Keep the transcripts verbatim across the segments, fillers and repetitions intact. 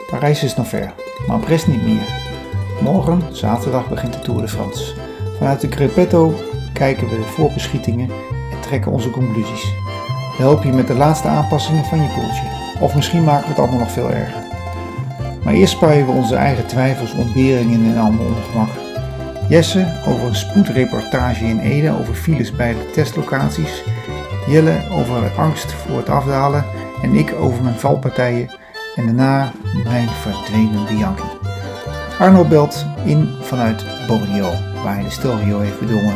Parijs is nog ver, maar Brest niet meer. Morgen, zaterdag, begint de Tour de France. Vanuit de Gruppetto kijken we de voorbeschietingen en trekken onze conclusies. We helpen je met de laatste aanpassingen van je poeltje. Of misschien maken we het allemaal nog veel erger. Maar eerst spuien we onze eigen twijfels, ontberingen en ander ongemak. Jesse over een spoedreportage in Ede over files bij de testlocaties. Jelle over de angst voor het afdalen en ik over mijn valpartijen. En daarna mijn verdwenen Bianchi. Arno belt in vanuit Borneo, waar hij de Stelvio heeft bedongen.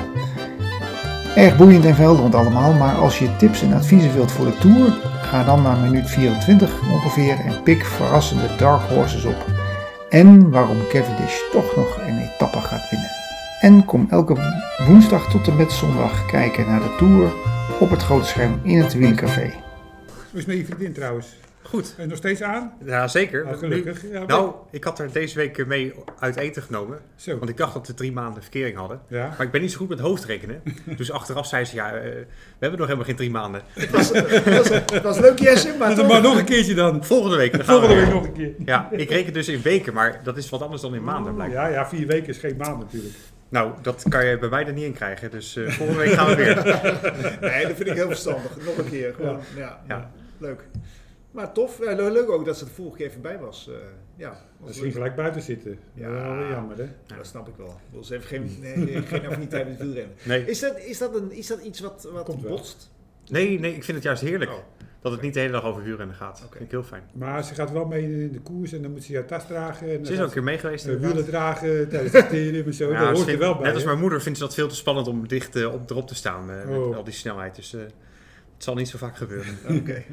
Erg boeiend en verhelderend allemaal, maar als je tips en adviezen wilt voor de Tour, ga dan naar minuut vierentwintig ongeveer en pik verrassende dark horses op. En waarom Cavendish toch nog een etappe gaat winnen. En kom elke woensdag tot en met zondag kijken naar de Tour op het grote scherm in het Wielencafé. Hoe is het met je vriendin trouwens? Goed. En nog steeds aan? Ja, zeker. Oh, gelukkig. Ja, nou, ik had er deze week mee uit eten genomen. Zo. Want ik dacht dat we drie maanden verkering hadden. Ja. Maar ik ben niet zo goed met hoofdrekenen. Dus achteraf zei ze, ja, uh, we hebben nog helemaal geen drie maanden. Dat was, was, was leuk, Jesse, maar toch... Maar nog een keertje dan. Volgende week. Dan Volgende we week nog een keer. Ja, ik reken dus in weken, maar dat is wat anders dan in maanden blijkbaar. Ja, ja, vier weken is geen maand natuurlijk. Nou, dat kan je bij mij er niet in krijgen. Dus uh, volgende week gaan we weer. Nee, dat vind ik heel verstandig. Nog een keer. Gewoon, ja. Ja, ja. Leuk. Maar tof. Ja, leuk ook dat ze er de vorige keer even bij was. Uh, ja, dat ging gelijk buiten zitten. Ja, dat is wel jammer, hè? Ja. Dat snap ik wel. Ik wil ze even geen, nee, geen affiniteit met wielrennen. Nee. Is dat, is dat, een, is dat iets wat, wat botst? Nee, nee, ik vind het juist heerlijk. Oh. Dat het niet de hele dag over wielrennen gaat. Dat okay. vind ik heel fijn. Maar ze gaat wel mee in de koers en dan moet ze jouw tas dragen. En ze is ook een keer mee geweest. Uh, wielen dragen tijdens het teren en zo. Ja, dat hoort er wel bij. Net als mijn moeder vindt ze dat veel te spannend om dicht uh, op, erop te staan. Uh, met oh. al die snelheid. Dus uh, het zal niet zo vaak gebeuren. Oké. Okay.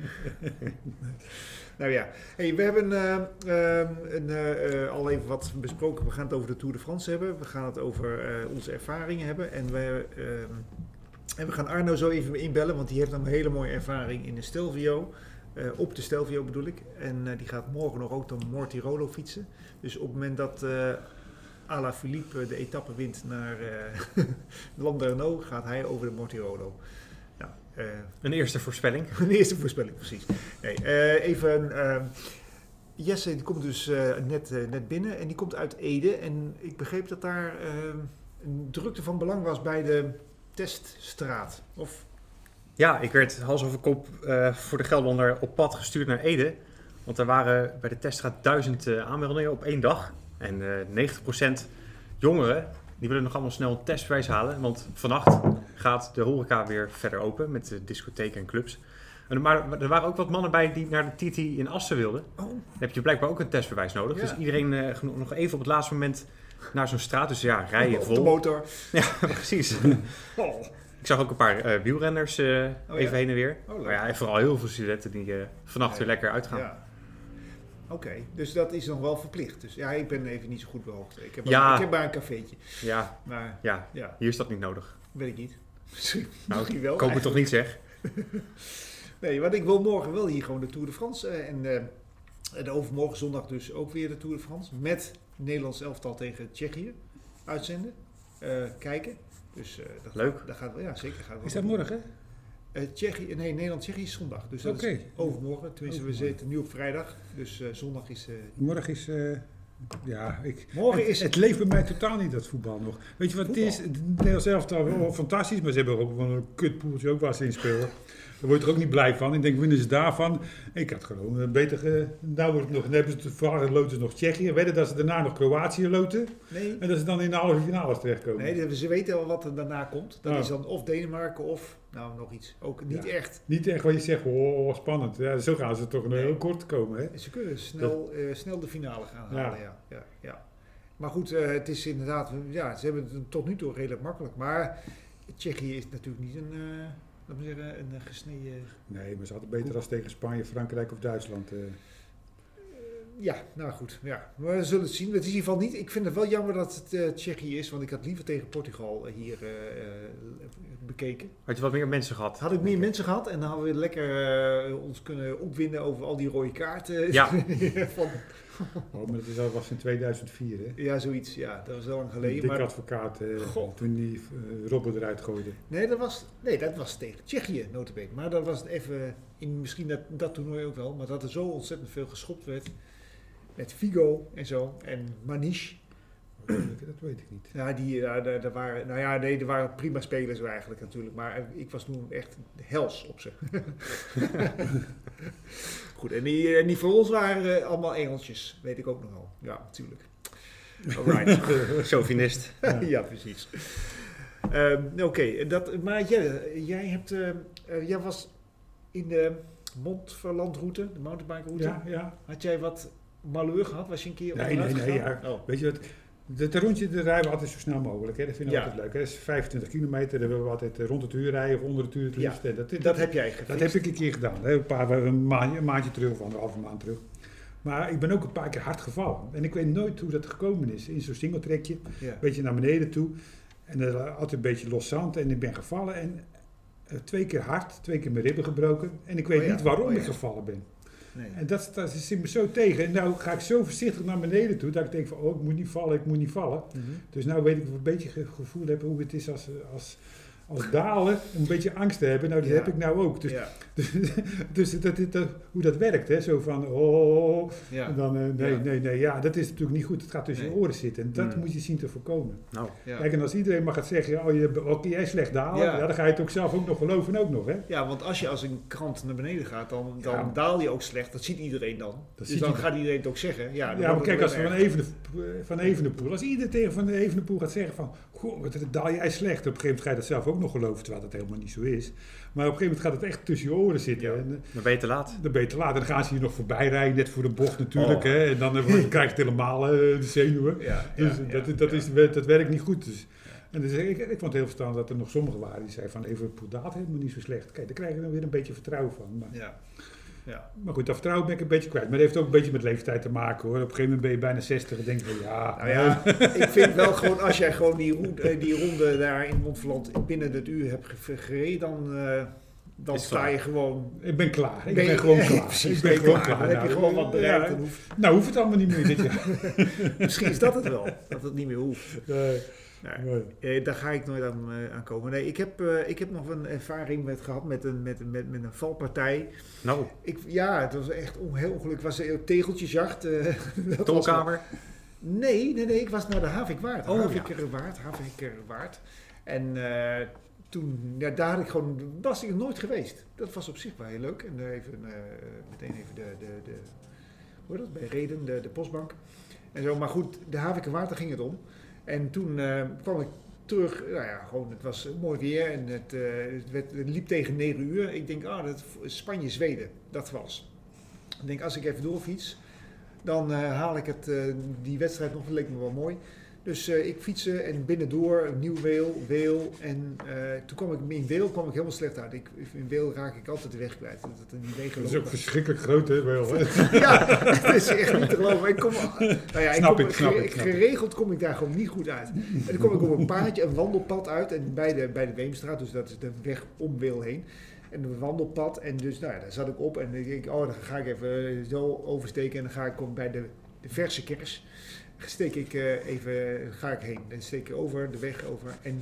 Nou ja, hey, we hebben uh, uh, uh, uh, al even wat besproken. We gaan het over de Tour de France hebben. We gaan het over uh, onze ervaringen hebben. En we, uh, en we gaan Arno zo even inbellen, want die heeft een hele mooie ervaring in de Stelvio. Uh, op de Stelvio bedoel ik. En uh, die gaat morgen nog ook de Mortirolo fietsen. Dus op het moment dat uh, Alaphilippe de etappe wint naar uh, Landerneau, gaat hij over de Mortirolo. Nou, uh, een eerste voorspelling. Een eerste voorspelling, precies. Nee, uh, even... Uh, Jesse die komt dus uh, net, uh, net binnen en die komt uit Ede. En ik begreep dat daar uh, een drukte van belang was bij de teststraat. Of... Ja, ik werd hals over kop uh, voor de Gelderlander op pad gestuurd naar Ede. Want er waren bij de teststraat duizend uh, aanmeldingen op één dag. En uh, negentig procent jongeren, die willen nog allemaal snel een testbewijs halen. Want vannacht gaat de horeca weer verder open met de discotheken en clubs. En maar er waren ook wat mannen bij die naar de T T in Assen wilden. Oh. Dan heb je blijkbaar ook een testbewijs nodig. Ja. Dus iedereen uh, nog even op het laatste moment naar zo'n straat. Dus ja, rijden vol. Op de motor. Ja, precies. Oh. Ik zag ook een paar uh, wielrenners uh, oh, even ja? heen en weer. Oh, maar ja, en vooral heel veel studenten die uh, vannacht ja. weer lekker uitgaan. Ja. Oké, okay, dus dat is nog wel verplicht. Dus ja, ik ben even niet zo goed behoogd. Ik heb, ja. ik heb maar een cafeetje. Ja. Maar, ja. ja, hier is dat niet nodig. Weet ik niet. Misschien, nou, misschien wel. Ik hoop het toch niet, zeg. Nee, want ik wil morgen wel hier gewoon de Tour de France. Uh, en, uh, en overmorgen zondag dus ook weer de Tour de France. Met Nederlands elftal tegen Tsjechië uitzenden. Uh, kijken. Dus uh, dat leuk. Gaat, dat gaat wel, ja, zeker. Gaat wel is dat morgen? Uh, Tsjechië, nee, Nederland-Tsjechië is zondag. Dus dat okay. is overmorgen. Tenminste, we zitten nu op vrijdag. Dus uh, zondag is... Uh, morgen is... Uh, ja, ik, morgen het, is het leeft bij mij totaal niet, dat voetbal nog. Weet je wat voetbal? Het is? Het Nederlands elftal oh, fantastisch, maar ze hebben ook wel een kutpoeltje ook waar ze in spelen. Daar word je er ook niet blij van. Ik denk, winnen ze daarvan? Ik had gewoon beter... Ge, nou wordt het nog, dan hebben ze vooral loten ze nog Tsjechië. Weten dat ze daarna nog Kroatië loten. Nee. En dat ze dan in de halve finales terechtkomen. Nee, ze weten al wat er daarna komt. Dat oh. is dan of Denemarken of... Nou, nog iets. Ook niet ja. echt. Niet echt wat je zegt, oh, spannend. Ja, zo gaan ze toch nee. heel kort komen. Hè? Ze kunnen snel, uh, snel de finale gaan halen, ja. ja, ja, ja. Maar goed, uh, het is inderdaad... Ja, ze hebben het tot nu toe redelijk makkelijk. Maar Tsjechië is natuurlijk niet een... Uh, laten we zeggen, een gesneden... Nee, maar ze hadden beter als tegen Spanje, Frankrijk of Duitsland. Uh. Uh, ja, nou goed. Ja. Maar we zullen het zien. Het is in ieder geval niet... Ik vind het wel jammer dat het uh, Tsjechië is, want ik had liever tegen Portugal uh, hier uh, uh, bekeken. Had je wat meer mensen gehad? Had ik meer mensen gehad en dan hadden we lekker uh, ons kunnen opwinden over al die rode kaarten. Ja. van, oh, maar dat was in tweeduizend vier, hè? Ja, zoiets. Ja, dat was wel lang geleden. Dik maar, advocaat, uh, toen die uh, Robben eruit gooide. Nee, dat was, nee, dat was tegen Tsjechië, nota bene. Maar dat was even, in misschien dat, dat toernooi ook wel, maar dat er zo ontzettend veel geschopt werd. met Figo en zo. En Maniche. Dat weet ik niet. Ja, die, ja, daar, daar waren, nou ja, nee, er waren prima spelers eigenlijk natuurlijk. Maar ik was toen echt hels op ze. Goed, en die, en die voor ons waren uh, allemaal engeltjes. Weet ik ook nog wel. Ja, natuurlijk. Alright. Chauvinist. Ja, ja precies. Um, Oké, okay, dat, maar jij, jij, hebt, uh, uh, jij was in de Montferlandroute, de mountainbike-route. Ja, ja. Had jij wat malheur gehad? Was je een keer Nee, nee, nee. Ja. Oh. Weet je wat? Dat rondje dat rijden we altijd zo snel mogelijk. Hè? Dat vinden we ja. altijd leuk. Hè? Dat is vijfentwintig kilometer. Dat hebben we altijd rond het uur rijden of onder het uur het liefst. Ja, dat, dat, dat heb jij gefixt. Dat heb ik een keer gedaan. Hè? Een, paar, een, maandje, een maandje terug of anderhalve maand terug. Maar ik ben ook een paar keer hard gevallen. En ik weet nooit hoe dat gekomen is. In zo'n singeltrekje. Ja. Een beetje naar beneden toe. En dan altijd een beetje los zand. En ik ben gevallen. En uh, twee keer hard. Twee keer mijn ribben gebroken. En ik weet oh ja, niet waarom oh ja. ik gevallen ben. Nee. En dat, dat zit me zo tegen. En nou ga ik zo voorzichtig naar beneden toe, dat ik denk van, oh, ik moet niet vallen, ik moet niet vallen. Mm-hmm. Dus nou weet ik een beetje het gevoel heb hoe het is als, als, als dalen, een beetje angst te hebben. Nou, dat ja. heb ik nou ook. Dus, ja. dus, dus dat, dat, dat, hoe dat werkt, hè, zo van, oh, ja. en dan, uh, nee, ja. nee, nee, ja, dat is natuurlijk niet goed. Het gaat tussen nee. je oren zitten en dat mm. moet je zien te voorkomen. Nou, ja. Kijk, en als iedereen maar gaat zeggen, oh, je, oh jij slecht dalen, ja. Ja, dan ga je het ook zelf ook nog geloven ook nog, hè. Ja, want als je als een krant naar beneden gaat, dan, dan ja. daal je ook slecht. Dat ziet iedereen dan. Dat dus dan gaat iedereen het ook zeggen. Ja, ja maar kijk, als Van Evenepoel, van Evenepoel, als iedereen tegen Van Evenepoel gaat zeggen van, goh, wat daal jij slecht. Op een gegeven moment ga je dat zelf ook nog geloven, terwijl dat helemaal niet zo is. Maar op een gegeven moment gaat het echt tussen je oren zitten. Ja, en, dan ben je te laat. Dan ben je te laat. En dan gaan ze je nog voorbij rijden, net voor de bocht natuurlijk. Oh. Hè, en dan uh, krijg je het helemaal uh, de zenuwen. Ja, dus ja, dat, ja, dat, is, ja. dat werkt niet goed. Dus. Ja. En dus, ik, ik vond het heel verstandig dat er nog sommigen waren die zeiden van Evenepoel daalt helemaal niet zo slecht. Kijk, daar krijg je dan weer een beetje vertrouwen van. Maar, ja. Ja. maar goed, dat vertrouwen ben ik een beetje kwijt. Maar dat heeft ook een beetje met leeftijd te maken hoor. Op een gegeven moment ben je bijna zestig en denk je van ja. Nou ja, ik vind wel gewoon als jij gewoon die, ronde, die ronde daar in Montferland binnen het uur hebt gereden, dan, uh, dan sta klaar. je gewoon... Ik ben klaar. Ik ben, ben gewoon klaar. Precies, ik ben gewoon klaar. klaar. Dan heb je gewoon wat bereikt. Ja, hoeft... Nou hoeft het allemaal niet meer dit jaar. Misschien is dat het wel, dat het niet meer hoeft. Nee. Nee, nee. Daar ga ik nooit aan, uh, aan komen. Nee, ik heb, uh, ik heb nog een ervaring met gehad met een, met, met, met een valpartij. Nou. Ik, ja, het was echt on, heel ongelukkig. Het was een tegeltjesjacht. Uh, Tolkamer? Nee, nee, nee. Ik was naar de Havikwaard. Oh, Havikerwaard. Ja. Havikerwaard. En uh, toen, ja, daar had ik gewoon, was ik nooit geweest. Dat was op zich wel heel leuk. En uh, even, uh, meteen even de, de, de, hoe heet dat? Bij Reden, de, de postbank. En zo, maar goed, de Havikerwaard, daar ging het om. En toen uh, kwam ik terug, nou ja, gewoon, het was mooi weer en het, uh, het, werd, het liep tegen negen uur. Ik denk, ah, dat Spanje-Zweden, dat was. Ik denk, als ik even doorfiets, dan uh, haal ik het, uh, die wedstrijd nog, dat leek me wel mooi. Dus uh, ik fietsen en binnendoor, Nieuw-Weel, Weel. En uh, toen kwam ik in Weel kwam ik helemaal slecht uit. Ik, in Weel raak ik altijd de weg kwijt. Dat, dat, die wegen dat is ook verschrikkelijk groot, hè, Weel. Ja, het is echt niet te geloven. Ik kom, nou ja, snap ik kom, ik, snap gere, ik. Snap geregeld kom ik daar gewoon niet goed uit. En dan kom ik op een paadje, een wandelpad uit. En bij de, bij de Weemstraat, dus dat is de weg om Weel heen. En een wandelpad. En dus, nou ja, daar zat ik op. En dan denk ik, oh, dan ga ik even zo oversteken. En dan ga ik kom bij de, de verse kers. Steek ik uh, even, ga ik heen. Dan steek ik over, de weg over. En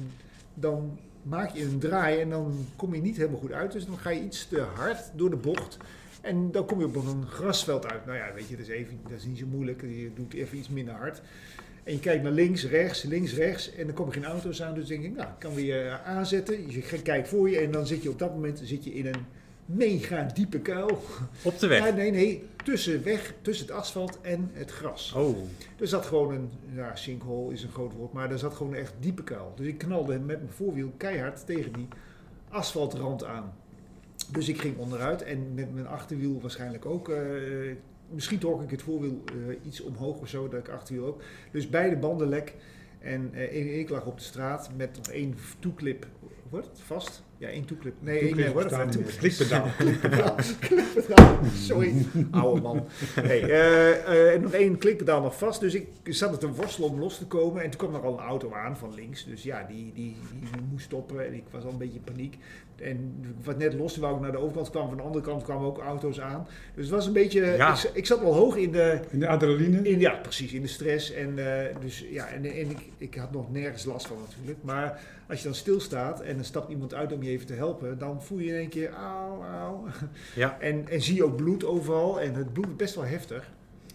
dan maak je een draai en dan kom je niet helemaal goed uit. Dus dan ga je iets te hard door de bocht. En dan kom je op een grasveld uit. Nou ja, weet je, dat is, even, dat is niet zo moeilijk. Je doet even iets minder hard. En je kijkt naar links, rechts, links, rechts. En dan komen geen auto's aan. Dus denk ik, nou, ik kan weer aanzetten. Je kijkt voor je en dan zit je op dat moment zit je in een mega diepe kuil. Op de weg? Ja, nee, nee. Tussen weg, tussen het asfalt en het gras. Oh. Er zat gewoon een, ja, sinkhole is een groot woord, maar er zat gewoon echt diepe kuil. Dus ik knalde met mijn voorwiel keihard tegen die asfaltrand aan. Dus ik ging onderuit en met mijn achterwiel waarschijnlijk ook. Uh, misschien trok ik het voorwiel uh, iets omhoog of zo, dat ik achterwiel ook. Dus beide banden lek. En uh, ik lag op de straat met nog één toeklip. Wordt het vast? Ja, één toeklip. Nee, één nee, wordt het vast. Klikpedaal. Klikpedaal. Klikpedaal. Sorry, oude man. Nee, uh, uh, nog één klikpedaal nog vast. Dus ik zat er te worstelen om los te komen. En toen kwam er al een auto aan van links. Dus ja, die, die, die moest stoppen. En ik was al een beetje in paniek. En ik was net los, toen wou ik naar de overkant kwam. Van de andere kant kwamen ook auto's aan. Dus het was een beetje... Ja. Ik, ik zat wel hoog in de... In de adrenaline? In, ja, precies. In de stress. En, uh, dus, ja, en, en ik, ik had nog nergens last van natuurlijk. Maar als je dan stilstaat en er stapt iemand uit om je even te helpen, dan voel je in één keer auw, auw. Ja. En, en zie je ook bloed overal. En het bloed is best wel heftig.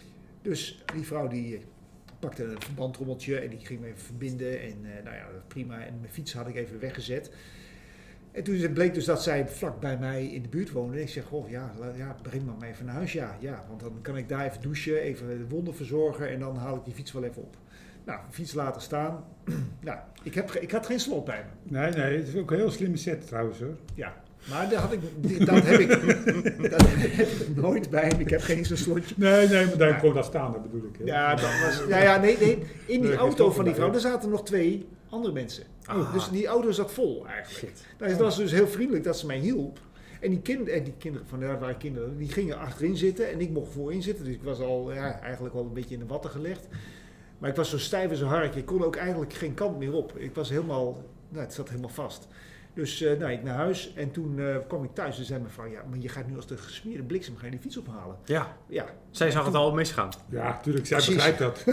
Dus die vrouw die pakte een verbandtrommeltje en die ging me even verbinden. En uh, nou ja, prima. En mijn fiets had ik even weggezet. En toen bleek dus dat zij vlak bij mij in de buurt woonde. Ik zeg, goh, ja, ja, breng maar even naar huis. Ja, ja, want dan kan ik daar even douchen, even de wonden verzorgen en dan haal ik die fiets wel even op. Nou, fiets laten staan. Nou, ik, heb, ik had geen slot bij me. Nee, nee, het is ook een heel slimme set trouwens hoor. Ja, maar dat, had ik, dat, heb, ik, dat heb ik nooit bij me. Ik heb geen zo'n slotje. Nee, nee, maar daar ja. gewoon dat staan, dat bedoel ik. Hè. Ja, dat was, ja, ja, nee, nee. In die Nee, auto van die bij, vrouw, hè. daar zaten nog twee andere mensen. Ah. Dus die auto zat vol eigenlijk. Shit. Nou, het was dus heel vriendelijk dat ze mij hielp. En die, kind, en die kinderen, van daar waren kinderen, die gingen achterin zitten en ik mocht voorin zitten. Dus ik was al ja, eigenlijk wel een beetje in de watten gelegd. Maar ik was zo stijf als een hark. Ik kon ook eigenlijk geen kant meer op. Ik was helemaal, nou, het zat helemaal vast. Dus uh, nou, ik naar huis en toen uh, kwam ik thuis en zei mijn vrouw, ja, maar je gaat nu als de gesmeerde bliksem ga je die fiets ophalen. Ja, Ja. zij zag het al misgaan. Ja, natuurlijk, zij Precies. begrijpt dat.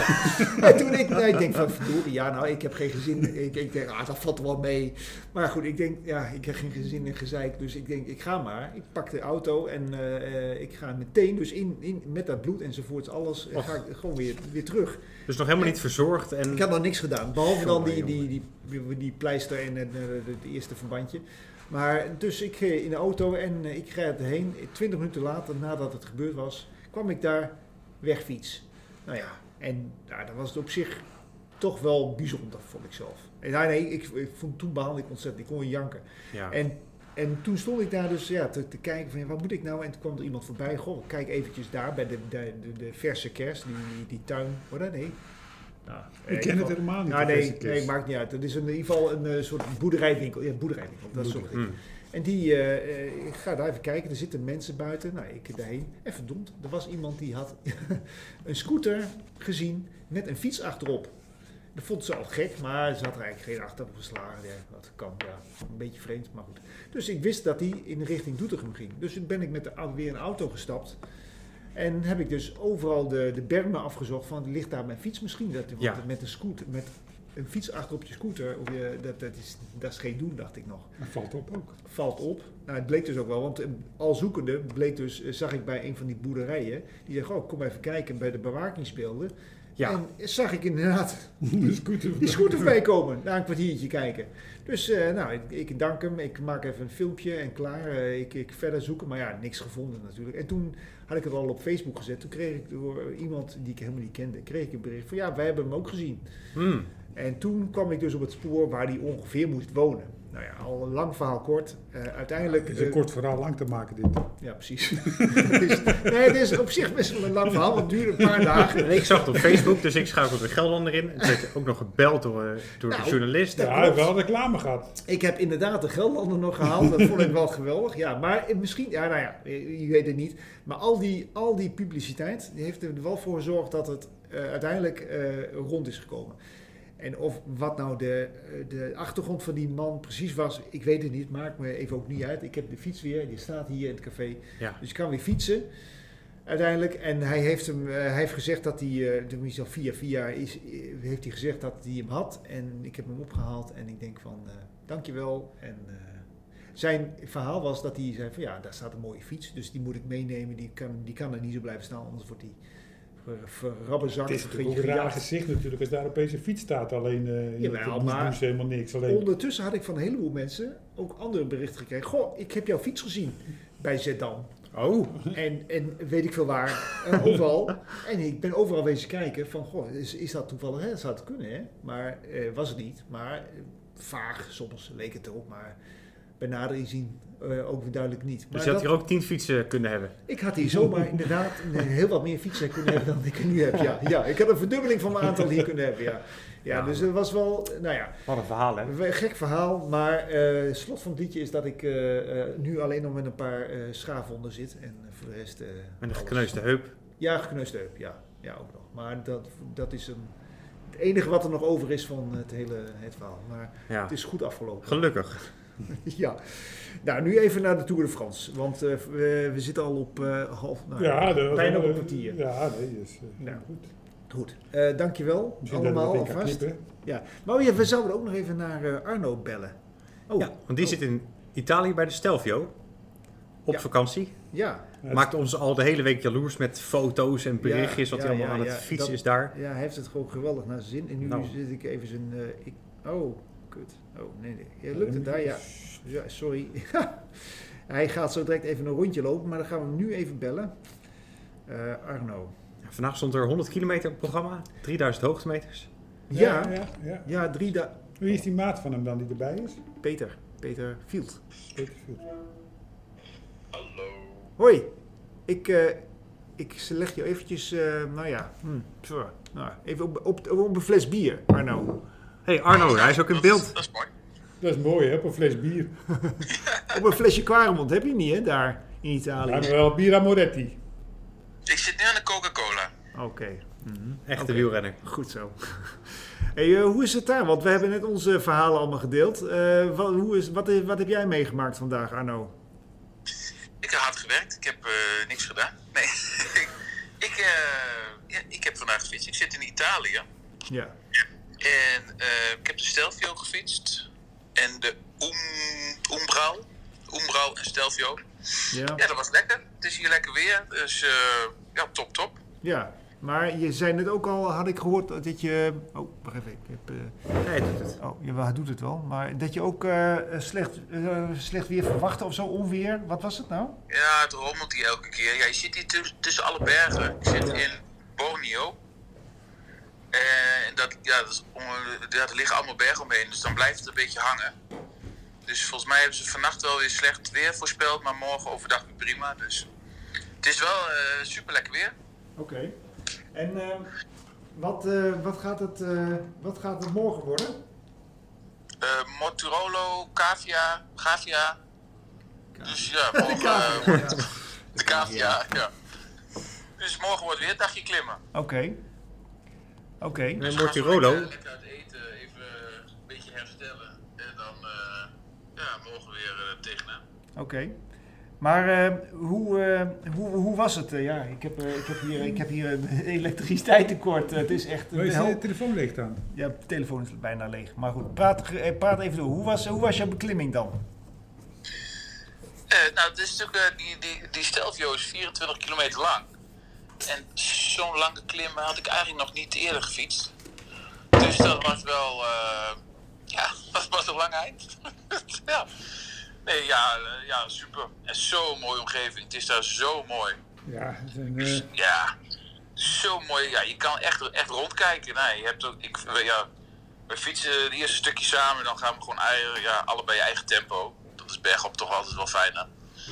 En toen ik, nou, ik denk van, verdorie, ja, nou, ik heb geen gezin. Ik, ik denk, ah, dat valt wel mee. Maar goed, ik denk, ja, ik heb geen gezin en gezeik. Dus ik denk, ik ga maar. Ik pak de auto en uh, uh, ik ga meteen dus in, in met dat bloed enzovoorts, alles, uh, ga ik gewoon weer, weer terug. Dus nog helemaal niet verzorgd. En... Ik had nog niks gedaan, behalve dan die, Jongen, die, die, die, die pleister en het, het eerste verbandje. Maar dus ik in de auto en uh, ik rijd erheen. Twintig minuten later, nadat het gebeurd was, kwam ik daar wegfiets. Nou ja, en nou, dat was het op zich toch wel bijzonder, vond ik zelf. En, nou, nee, ik, ik vond toen behandelde ik ontzettend, ik kon janken. Ja. En, en toen stond ik daar dus ja, te, te kijken van, ja, wat moet ik nou? En toen kwam er iemand voorbij, goh, kijk eventjes daar bij de, de, de, de verse kers, die, die tuin, hoor dat? Nee. Nou, Ik ken het helemaal niet. Nou, de nee, verse nee, kist. maakt niet uit. Het is in ieder geval een uh, soort boerderijwinkel. Ja, boerderijwinkel, dat soort dingen. Mm. En die, uh, uh, ik ga daar even kijken, er zitten mensen buiten. Nou, ik daarheen. En verdomd, er was iemand die had een scooter gezien met een fiets achterop. Dat vond ze al gek, maar ze had er eigenlijk geen achter op geslagen. Ja, dat kan, ja, een beetje vreemd, maar goed. Dus ik wist dat hij in de richting Doetinchem ging. Dus toen ben ik met de, weer in de auto gestapt. En heb ik dus overal de, de bermen afgezocht van, ligt daar mijn fiets misschien? Dat, want Ja. met een scooter, met een fiets achter op je scooter, of je, dat, dat, is, dat is geen doen, dacht ik nog. Dat valt op ook. Valt op. Nou, het bleek dus ook wel, want uh, al zoekende bleek dus, uh, zag ik bij een van die boerderijen, die zei, oh, kom even kijken bij de bewakingsbeelden. Ja. En zag ik inderdaad De scooter. die scooter voorbij komen, na een kwartiertje kijken. Dus uh, nou, ik, ik dank hem, ik maak even een filmpje en klaar. Uh, ik, ik verder zoeken, maar ja, niks gevonden natuurlijk. En toen had ik het al op Facebook gezet. Toen kreeg ik door iemand die ik helemaal niet kende, kreeg ik een bericht van, ja, wij hebben hem ook gezien. Mm. En toen kwam ik dus op het spoor waar hij ongeveer moest wonen. Nou ja, al een lang verhaal kort. Uh, uiteindelijk... Het is een uh, kort verhaal lang te maken dit. Ja, precies. het is, nee, het is op zich best wel een lang verhaal, want het duurde een paar dagen. En ik zag het op Facebook, dus ik schakelde de Gelderlander in. En toen werd ik ook nog gebeld door, uh, door Nou, de journalist. dat Ja, hij heeft klopt. wel reclame gehad. Ik heb inderdaad de Gelderlander nog gehaald. Dat vond ik wel geweldig. Ja, maar misschien, ja, nou ja, je weet het niet. Maar al die, al die publiciteit die heeft er wel voor gezorgd dat het uh, uiteindelijk uh, rond is gekomen. En of wat nou de, de achtergrond van die man precies was, ik weet het niet. Maakt me even ook niet uit. Ik heb de fiets weer, die staat hier in het café. Ja. Dus ik kan weer fietsen. Uiteindelijk. En hij heeft, hem, uh, hij heeft gezegd dat hij, uh, tenminste al via via, is, uh, heeft hij gezegd dat hij hem had. En ik heb hem opgehaald en ik denk van, uh, dankjewel. En uh, zijn verhaal was dat hij zei van, ja, daar staat een mooie fiets. Dus die moet ik meenemen. Die kan, die kan er niet zo blijven staan, anders wordt die verrabbezakt. Het is natuurlijk ook een raar gezicht natuurlijk als daar opeens een fiets staat. Alleen uh, Jawel, dat maar moest helemaal niks. Alleen... Ondertussen had ik van een heleboel mensen ook andere berichten gekregen. Goh, ik heb jouw fiets gezien bij Zeddam. Oh, En, en weet ik veel waar, uh, overal. En ik ben overal wezen kijken van, goh, is, is dat toevallig? Hè? Dat zou het kunnen, hè? Maar uh, was het niet. Maar uh, vaag, soms leek het erop, maar bij nader inzien uh, ook duidelijk niet. Maar dus je had dat, hier ook tien fietsen kunnen hebben. ik had hier zomaar inderdaad heel wat meer fietsen kunnen hebben dan ik er nu heb. Ja, ja, ik had een verdubbeling van mijn aantal hier kunnen hebben, ja. Ja, Ja. dus het was wel, nou ja, Wat een verhaal, hè? een gek verhaal. Maar uh, het slot van het liedje is dat ik uh, uh, nu alleen nog met een paar uh, schaafwonden zit. En uh, voor de rest... Uh, Met een alles. gekneusde heup. Ja, gekneusde heup, ja. Ja, ook nog. Maar dat, dat is een, het enige wat er nog over is van het hele het verhaal. Maar Ja. het is goed afgelopen. Gelukkig. Ja. Nou, nu even naar de Tour de France. Want uh, we, we zitten al op uh, half... Nou, Ja, dat was bijna wel, op een uh, kwartier. Ja, nee, dus, uh, Nou. goed. Goed. Uh, dankjewel Misschien dat we allemaal dat in kan alvast. knippen. Ja. Maar oh ja, we zouden ook nog even naar uh, Arno bellen. Oh, Ja, want die oh. zit in Italië bij de Stelvio. Op Ja. vakantie. Ja. Maakt ons al de hele week jaloers met foto's en berichtjes. Ja, wat hij ja, allemaal ja, aan het ja, fietsen dat- is daar. Ja, hij heeft het gewoon geweldig naar zijn zin. En nu Nou. zit ik even zijn... Uh, ik, oh, kut. Oh, nee, nee. Ja, lukt het daar? Ja. Ja, sorry. Hij gaat zo direct even een rondje lopen, maar dan gaan we hem nu even bellen. Uh, Arno. Ja, vandaag stond er honderd kilometer op het programma. drieduizend hoogtemeters. Ja, ja, ja. ja, drie da- Wie is die maat van hem dan die erbij is? Peter. Peter Field. Peter Field. Hallo. Hoi. Ik, uh, ik leg je eventjes, uh, nou ja, hm, zo, nou, even op, op, op een fles bier, Arno. Hé hey Arno, hij is ook in beeld. Dat is mooi. Dat is mooi, hè? Op een fles bier. Op een flesje Quaremont heb je niet, hè, daar in Italië. Maar wel Bira Moretti. Ik zit nu aan de Coca-Cola. Oké. Okay. Mm-hmm. Echte okay. wielrenner. Goed zo. Hey, uh, hoe is het daar? Want we hebben net onze verhalen allemaal gedeeld. Uh, wat, hoe is, wat, wat heb jij meegemaakt vandaag, Arno? Ik heb hard gewerkt. Ik heb uh, niks gedaan. Nee. ik, uh, ja, ik heb vandaag gefietst. Ik zit in Italië. Ja. En uh, ik heb de Stelvio gefietst. En de um, Umbral. Umbral en Stelvio. Ja. Ja, dat was lekker. Het is hier lekker weer. Dus uh, ja, top, top. Ja. Maar je zei net ook al, had ik gehoord dat je... Oh, wacht even. Ik heb, uh... Nee, hij doet het. Oh, ja, hij doet het wel. Maar dat je ook uh, slecht, uh, slecht weer verwachtte of zo, onweer. Wat was het nou? Ja, het rommelt hier elke keer. Ja, je zit hier tussen, tussen alle bergen. Ik zit in Borneo. En dat, ja, dat is, ja, er liggen allemaal bergen omheen, dus dan blijft het een beetje hangen. Dus volgens mij hebben ze vannacht wel weer slecht weer voorspeld, maar morgen overdag weer prima. Dus het is wel uh, super lekker weer. Oké. Okay. En uh, wat, uh, wat, gaat het, uh, wat gaat het morgen worden? Uh, Mortirolo, Cavia, Gavia. Dus ja, morgen... Cavia, uh, wordt, ja. De Cavia, ja. Dus morgen wordt weer een dagje klimmen. Oké. Okay. Oké. Okay. Dus Mortirolo. Lekker, lekker uit eten, even uh, een beetje herstellen. En dan uh, ja, morgen weer uh, tegenaan. Oké. Okay. Maar uh, hoe, uh, hoe, hoe was het? Uh, ja, ik heb, uh, ik heb hier, ik heb hier een elektriciteitstekort. Uh, het is echt... Waar is je telefoon leeg dan? Ja, de telefoon is bijna leeg. Maar goed, praat, praat even door. Hoe was, hoe was jouw beklimming dan? Uh, nou, het is natuurlijk, uh, die, die, die Stelvio is vierentwintig kilometer lang. En zo'n lange klim had ik eigenlijk nog niet eerder gefietst. Dus dat was wel, uh, ja, dat was een lang eind. ja. Nee, ja, uh, ja, super. En zo'n mooie omgeving. Het is daar zo mooi. Ja, zijn, uh... ja, zo mooi. Ja, je kan echt, echt rondkijken. Nee, je hebt ook, ik, ja, we fietsen het eerste stukje samen, dan gaan we gewoon eigen, ja, allebei je eigen tempo. Dat is bergop toch altijd wel fijner.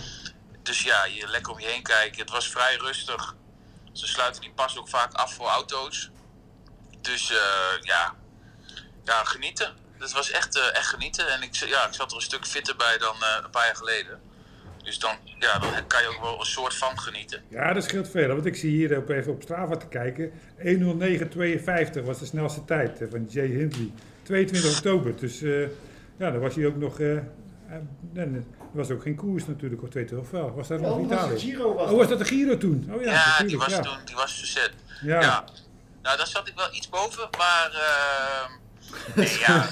Dus ja, je lekker om je heen kijken. Het was vrij rustig. Ze sluiten die pas ook vaak af voor auto's. Dus uh, ja, ja, genieten. Het was echt, uh, echt genieten. En ik, ja, ik zat er een stuk fitter bij dan uh, een paar jaar geleden. Dus dan, ja, dan kan je ook wel een soort van genieten. Ja, dat scheelt veel. Want ik zie hier op, even op Strava te kijken. één nul negen tweeënvijftig was de snelste tijd uh, van Jay Hindley. tweeëntwintig oktober. Dus uh, ja, dan was hij ook nog... Uh, uh, er was ook geen koers natuurlijk, of tweeëntwintig of wel. Was dat nog oh, Italië? Was Giro was oh, was dat de Giro toen? Oh, ja, ja die was ja. toen, die was verzet. Ja. ja. Nou, daar zat ik wel iets boven, maar... Uh, nee, ja...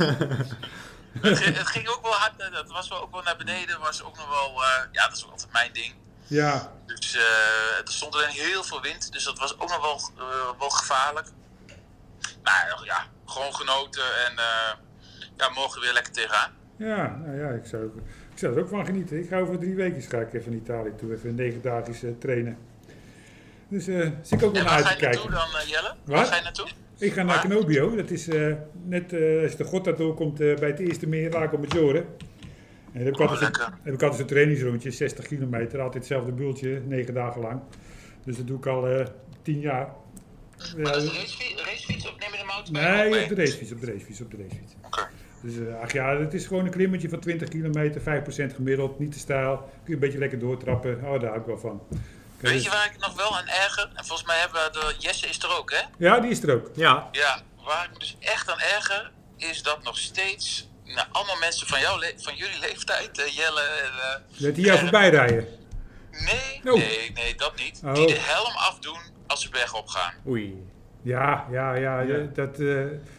Het, het ging ook wel hard, dat was wel ook wel naar beneden, was ook nog wel, uh, ja, dat is ook altijd mijn ding. Ja. Dus uh, er stond er heel veel wind, dus dat was ook nog wel, uh, wel gevaarlijk. Maar ja, gewoon genoten en uh, ja, morgen weer lekker tegenaan. Ja, nou ja, ik zou, ik zou er ook van genieten. Ik ga over drie weken ga ik even in Italië toe, even negen dagjes uh, trainen. Dus uh, zit ik ook wel naar uit te kijken. En waar ga je naartoe dan, uh, Jelle? Wat? Waar ga je naartoe? Ik ga naar Cannobio, dat is uh, net uh, als je de Gotthard doorkomt uh, bij het eerste meer, Lago Maggiore. En dan heb ik, oh, altijd, een, heb ik altijd zo'n trainingsrondje, zestig kilometer, altijd hetzelfde bultje, negen dagen lang. Dus dat doe ik al uh, tien jaar. Maar dat is een racefiets, racefiets of neem je de mountainbike Nee, mee? op de racefiets, op de racefiets, op de racefiets. Oké. Okay. Dus uh, ach ja, het is gewoon een klimmetje van twintig kilometer, vijf procent gemiddeld, niet te stijl. Kun je een beetje lekker doortrappen, oh daar hou ik wel van. Weet dus... je waar ik nog wel aan erger? En volgens mij hebben we de Jesse is er ook, hè? Ja, die is er ook. Ja. Ja, waar ik me dus echt aan erger, is dat nog steeds, nou, allemaal mensen van, jouw le- van jullie leeftijd, uh, Jelle en... Uh, dat die jou voorbij rijden? Nee, oh. nee, nee, dat niet. Oh. Die de helm afdoen als ze bergop gaan. Oei. Ja, ja, ja, ja. dat... Uh,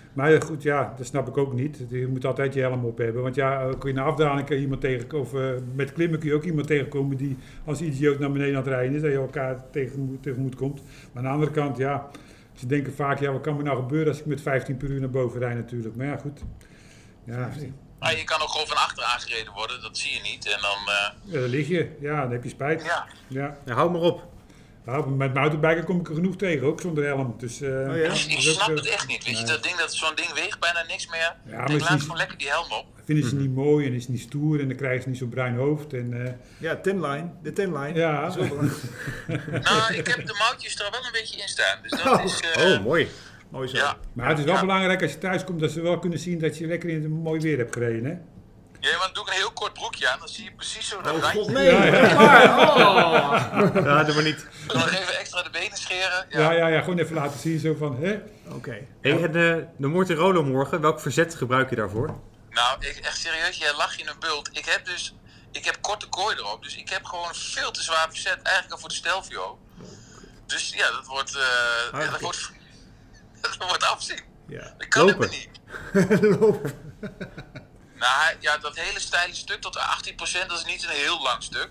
Maar goed, ja, dat snap ik ook niet. Je moet altijd je helm op hebben. Want ja, kun je naar afdaling kun je iemand tegenkomen. Of uh, met klimmen kun je ook iemand tegenkomen die als idioot naar beneden aan het rijden is. Dat je elkaar tegen, tegemoet komt. Maar aan de andere kant, ja, ze denken vaak, ja, wat kan me nou gebeuren als ik met vijftien per uur naar boven rijd natuurlijk. Maar ja, goed. Ja, ah, je kan ook gewoon van achter aangereden worden, dat zie je niet. En dan, uh... ja, dan lig je, ja, dan heb je spijt. Ja. Ja. Ja, hou maar op. Nou, met mountainbiken kom ik er genoeg tegen, ook zonder helm. Dus, uh, oh, ja? Ik, ik snap ook, het echt niet. Weet nee. je, dat ding, dat zo'n ding weegt bijna niks meer. Ja, ik denk, laat niet, gewoon lekker die helm op. Vinden ze niet mooi en is niet stoer en dan krijgen ze niet zo'n bruin hoofd. En, uh, ja, tenline, de tenline. Ja. Nou, ik heb de moutjes er wel een beetje in staan. Dus dat is... Uh, oh, mooi. Mooi zo. Ja. Maar het is wel ja. belangrijk als je thuis komt dat ze wel kunnen zien dat je lekker in het mooi weer hebt gereden, hè? Ja, want dan doe ik een heel kort broekje aan, dan zie je precies zo dat Oh, randje. god, nee. Ja, ja. Maar, oh. Ja, doe maar niet. Dan nog even extra de benen scheren. Ja, Ja, ja, ja, gewoon even laten zien zo van, hè? Oké. Okay. Hey, en de, de Mortirolo morgen, welk verzet gebruik je daarvoor? Nou, ik, echt serieus, jij lacht in een bult. Ik heb dus, ik heb korte kooi erop, dus ik heb gewoon veel te zwaar verzet, eigenlijk al voor de Stelvio. Dus ja, dat wordt, uh, ah, ja, dat wordt, dat wordt afzien. Ja. Ik kan Lopen. het me niet. Lopen. Nou ja, dat hele steile stuk tot achttien procent, dat is niet een heel lang stuk.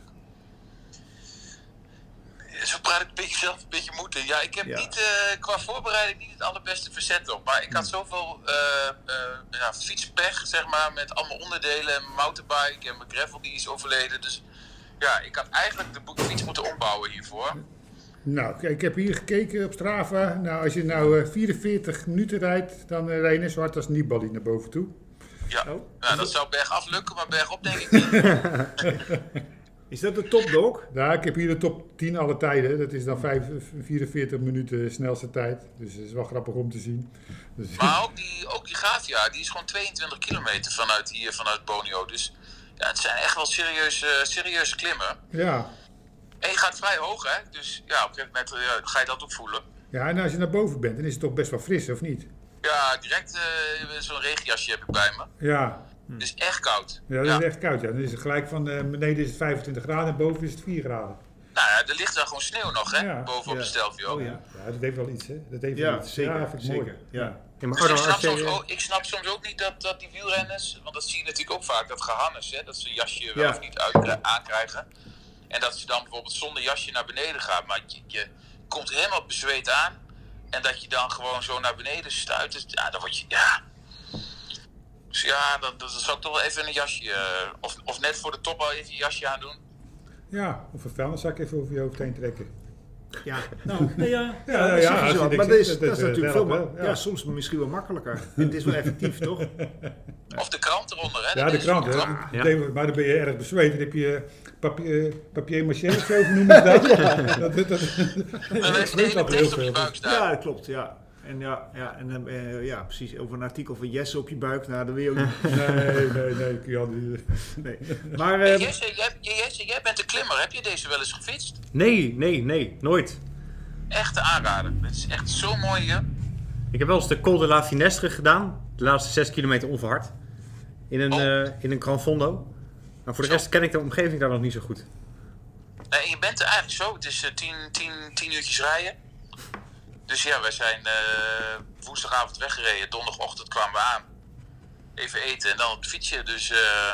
Zo praat ik een beetje zelf een beetje moed in. Ja, ik heb Ja. niet, uh, qua voorbereiding niet het allerbeste verzet op. Maar ik had zoveel uh, uh, ja, fietspech, zeg maar, met allemaal onderdelen. En mijn mountainbike en mijn gravel die is overleden. Dus ja, ik had eigenlijk de fiets moeten ombouwen hiervoor. Nou, ik heb hier gekeken op Strava. Nou, als je nou uh, vierenveertig minuten rijdt, dan uh, rij je net zo hard als Nibali naar boven toe. Ja, Oh. nou, dat zou bergaf lukken, maar bergop denk ik niet. Is dat de topdog? Nou, ik heb hier de top tien alle tijden. Dat is dan vijf, vierenveertig minuten snelste tijd. Dus dat is wel grappig om te zien. Dus, Maar ook die, ook die Gavia, die is gewoon tweeëntwintig kilometer vanuit hier, vanuit Bonio. Dus ja, het zijn echt wel serieuze, serieuze klimmen. ja. En je gaat vrij hoog, hè? Dus ja, op een gegeven moment uh, ga je dat ook voelen. Ja, en als je naar boven bent, dan is het toch best wel fris, of niet? Ja, direct uh, zo'n regenjasje heb ik bij me. Ja. Het is echt koud. Ja, dat ja. is echt koud. Ja. Dan is het gelijk van uh, beneden is het vijfentwintig graden en boven is het vier graden. Nou ja, er ligt daar gewoon sneeuw nog, hè? Ja. Boven op Ja. de Stelvio. Oh ja. Ja, dat heeft wel iets, hè? Dat heeft Ja, wel iets. zeker. Ja, vind ik zeker. mooi. Ja. Ja, maar Dus ik Arno, snap, als soms je, ook, ik snap soms ook niet dat, dat die wielrenners, want dat zie je natuurlijk ook vaak, dat gehannes, hè? Dat ze een jasje wel Ja. of niet uit, aankrijgen. En dat ze dan bijvoorbeeld zonder jasje naar beneden gaan. Maar je, je komt helemaal bezweet aan. En dat je dan gewoon zo naar beneden stuit. Dus, ja, dan word je, ja... Dus ja, dan, dan zou ik toch wel even een jasje... Uh, of, of net voor de top al even een jasje aan doen. Ja, of een vuilniszak even over je hoofd heen trekken. Ja, nou, nee, ja, ja, Ja, dat is ja, sowieso als je wat. niks Maar dat is, ziet, dat dat is is, natuurlijk eh, veel wel, ma- ja. ja, soms misschien wel makkelijker. En het is wel effectief, toch? Of de krant eronder, hè? Ja, Dat de is krant, hè? krant. Ja. Nee, maar dan ben je erg bezweet. Dan heb je papier, papier maché of zo, hoe noemen ze dat? dat, dat, dat, Dan heeft de hele tekst op je buik staan. Ja, dat klopt, ja. En ja, ja, en, dan, uh, ja, precies. Over een artikel van Jesse op je buik. Nou, dat wil je ook niet. Nee, nee, nee, kun je al niet. Nee. Maar, Hey, uh, Jesse, jij, Jesse, jij bent een klimmer. Heb je deze wel eens gefietst? nee, nee, nee, nooit. Echt te aanraden. Het is echt zo mooi hier. Ik heb wel eens de Col de la Finestre gedaan. De laatste zes kilometer onverhard. In een, Oh. uh, in een Gran Fondo. Maar voor de Zo. rest ken ik de omgeving daar nog niet zo goed. Nee, je bent er eigenlijk zo. Het is uh, tien, tien, tien uurtjes rijden. Dus ja, wij zijn uh, woensdagavond weggereden. Donderdagochtend kwamen we aan. Even eten en dan op het fietsje. Dus uh,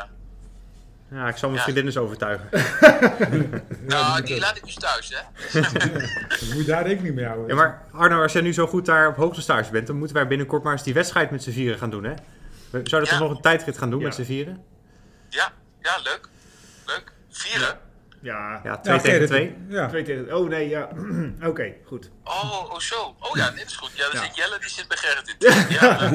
Ja, ik zal mijn Ja. vriendin eens overtuigen. nou, die laat ik dus thuis, hè. Dan moet je daar rekening mee houden. Ja, maar Arno, als jij nu zo goed daar op hoogtestage bent, dan moeten wij binnenkort maar eens die wedstrijd met z'n vieren gaan doen, hè? We zouden Ja. toch nog een tijdrit gaan doen Ja. met z'n vieren? Ja, ja, leuk. Leuk. Vieren. ja, Ja, twee Ja, tegen Gerrit, twee. Ja. twee tegen... Oh, nee, ja. Oké, okay, goed. Oh, oh zo. Oh ja, dit is goed. Ja, dan Ja. zit Jelle, die zit bij Gerrit in. Ja.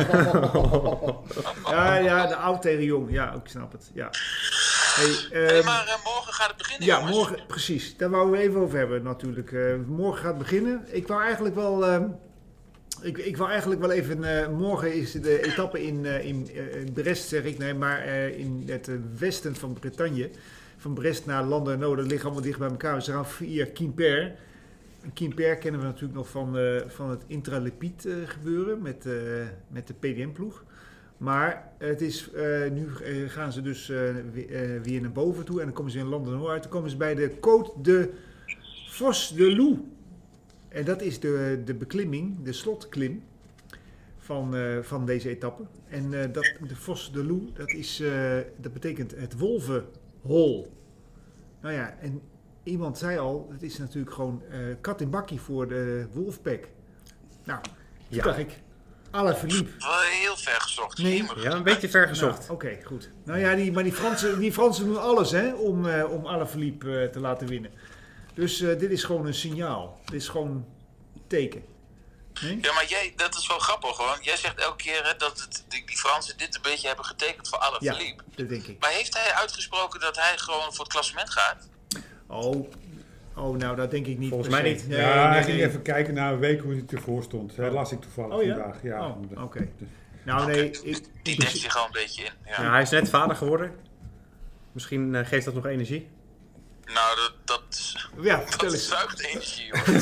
Ja, ja, de oud tegen jong. Ja, ik snap het. Ja. Hey, Hey, um, maar uh, morgen gaat het beginnen, ja, jongens. morgen, precies. Daar wouden we even over hebben natuurlijk. Uh, morgen gaat het beginnen. Ik wou eigenlijk wel... Um, ik, ik wou eigenlijk wel even... Uh, morgen is de etappe in, uh, in uh, Brest, zeg ik. Nee, maar uh, in het uh, westen van Bretagne. Van Brest naar Landerneau. Dat ligt allemaal dicht bij elkaar. We gaan via Quimper. En Quimper kennen we natuurlijk nog van, uh, van het Intralipid uh, gebeuren. Met, uh, met de P D M-ploeg. Maar het is, uh, nu uh, gaan ze dus uh, weer, uh, weer naar boven toe. En dan komen ze in Landerneau uit. Dan komen ze bij de Côte de Fos de Loup. En dat is de, de beklimming, de slotklim van, uh, van deze etappe. En uh, dat, de Vos de Loup, dat, is, uh, dat betekent het wolvenhol. Nou ja, en iemand zei al, het is natuurlijk gewoon uh, kat in bakkie voor de Wolfpack. Nou, toen ja. dacht ik, Alaphilippe. Wel heel ver gezocht. Nee. Ja, een beetje ver gezocht. Nou, Oké, okay, goed. Nou ja, die, maar die Fransen, die Fransen doen alles hè, om, uh, om Alaphilippe uh, te laten winnen. Dus uh, dit is gewoon een signaal. Dit is gewoon een teken. Nee? Ja, maar jij, dat is wel grappig hoor. Jij zegt elke keer hè, dat het, die, die Fransen dit een beetje hebben getekend voor Alaphilippe. Ja, dat denk ik. Maar heeft hij uitgesproken dat hij gewoon voor het klassement gaat? Oh, oh nou dat denk ik niet. Volgens mij niet. Nee, ja, nee, hij nee, ging nee. even kijken naar een week hoe hij ervoor stond. Dat las ik toevallig oh, ja? vandaag. Ja, oh, oké. Okay. Dus. Nou nee, ik, die ik, test je gewoon een beetje in. Ja. Ja, hij is net vader geworden. Misschien uh, geeft dat nog energie. Nou, dat, dat, ja, dat zuigt energie hoor.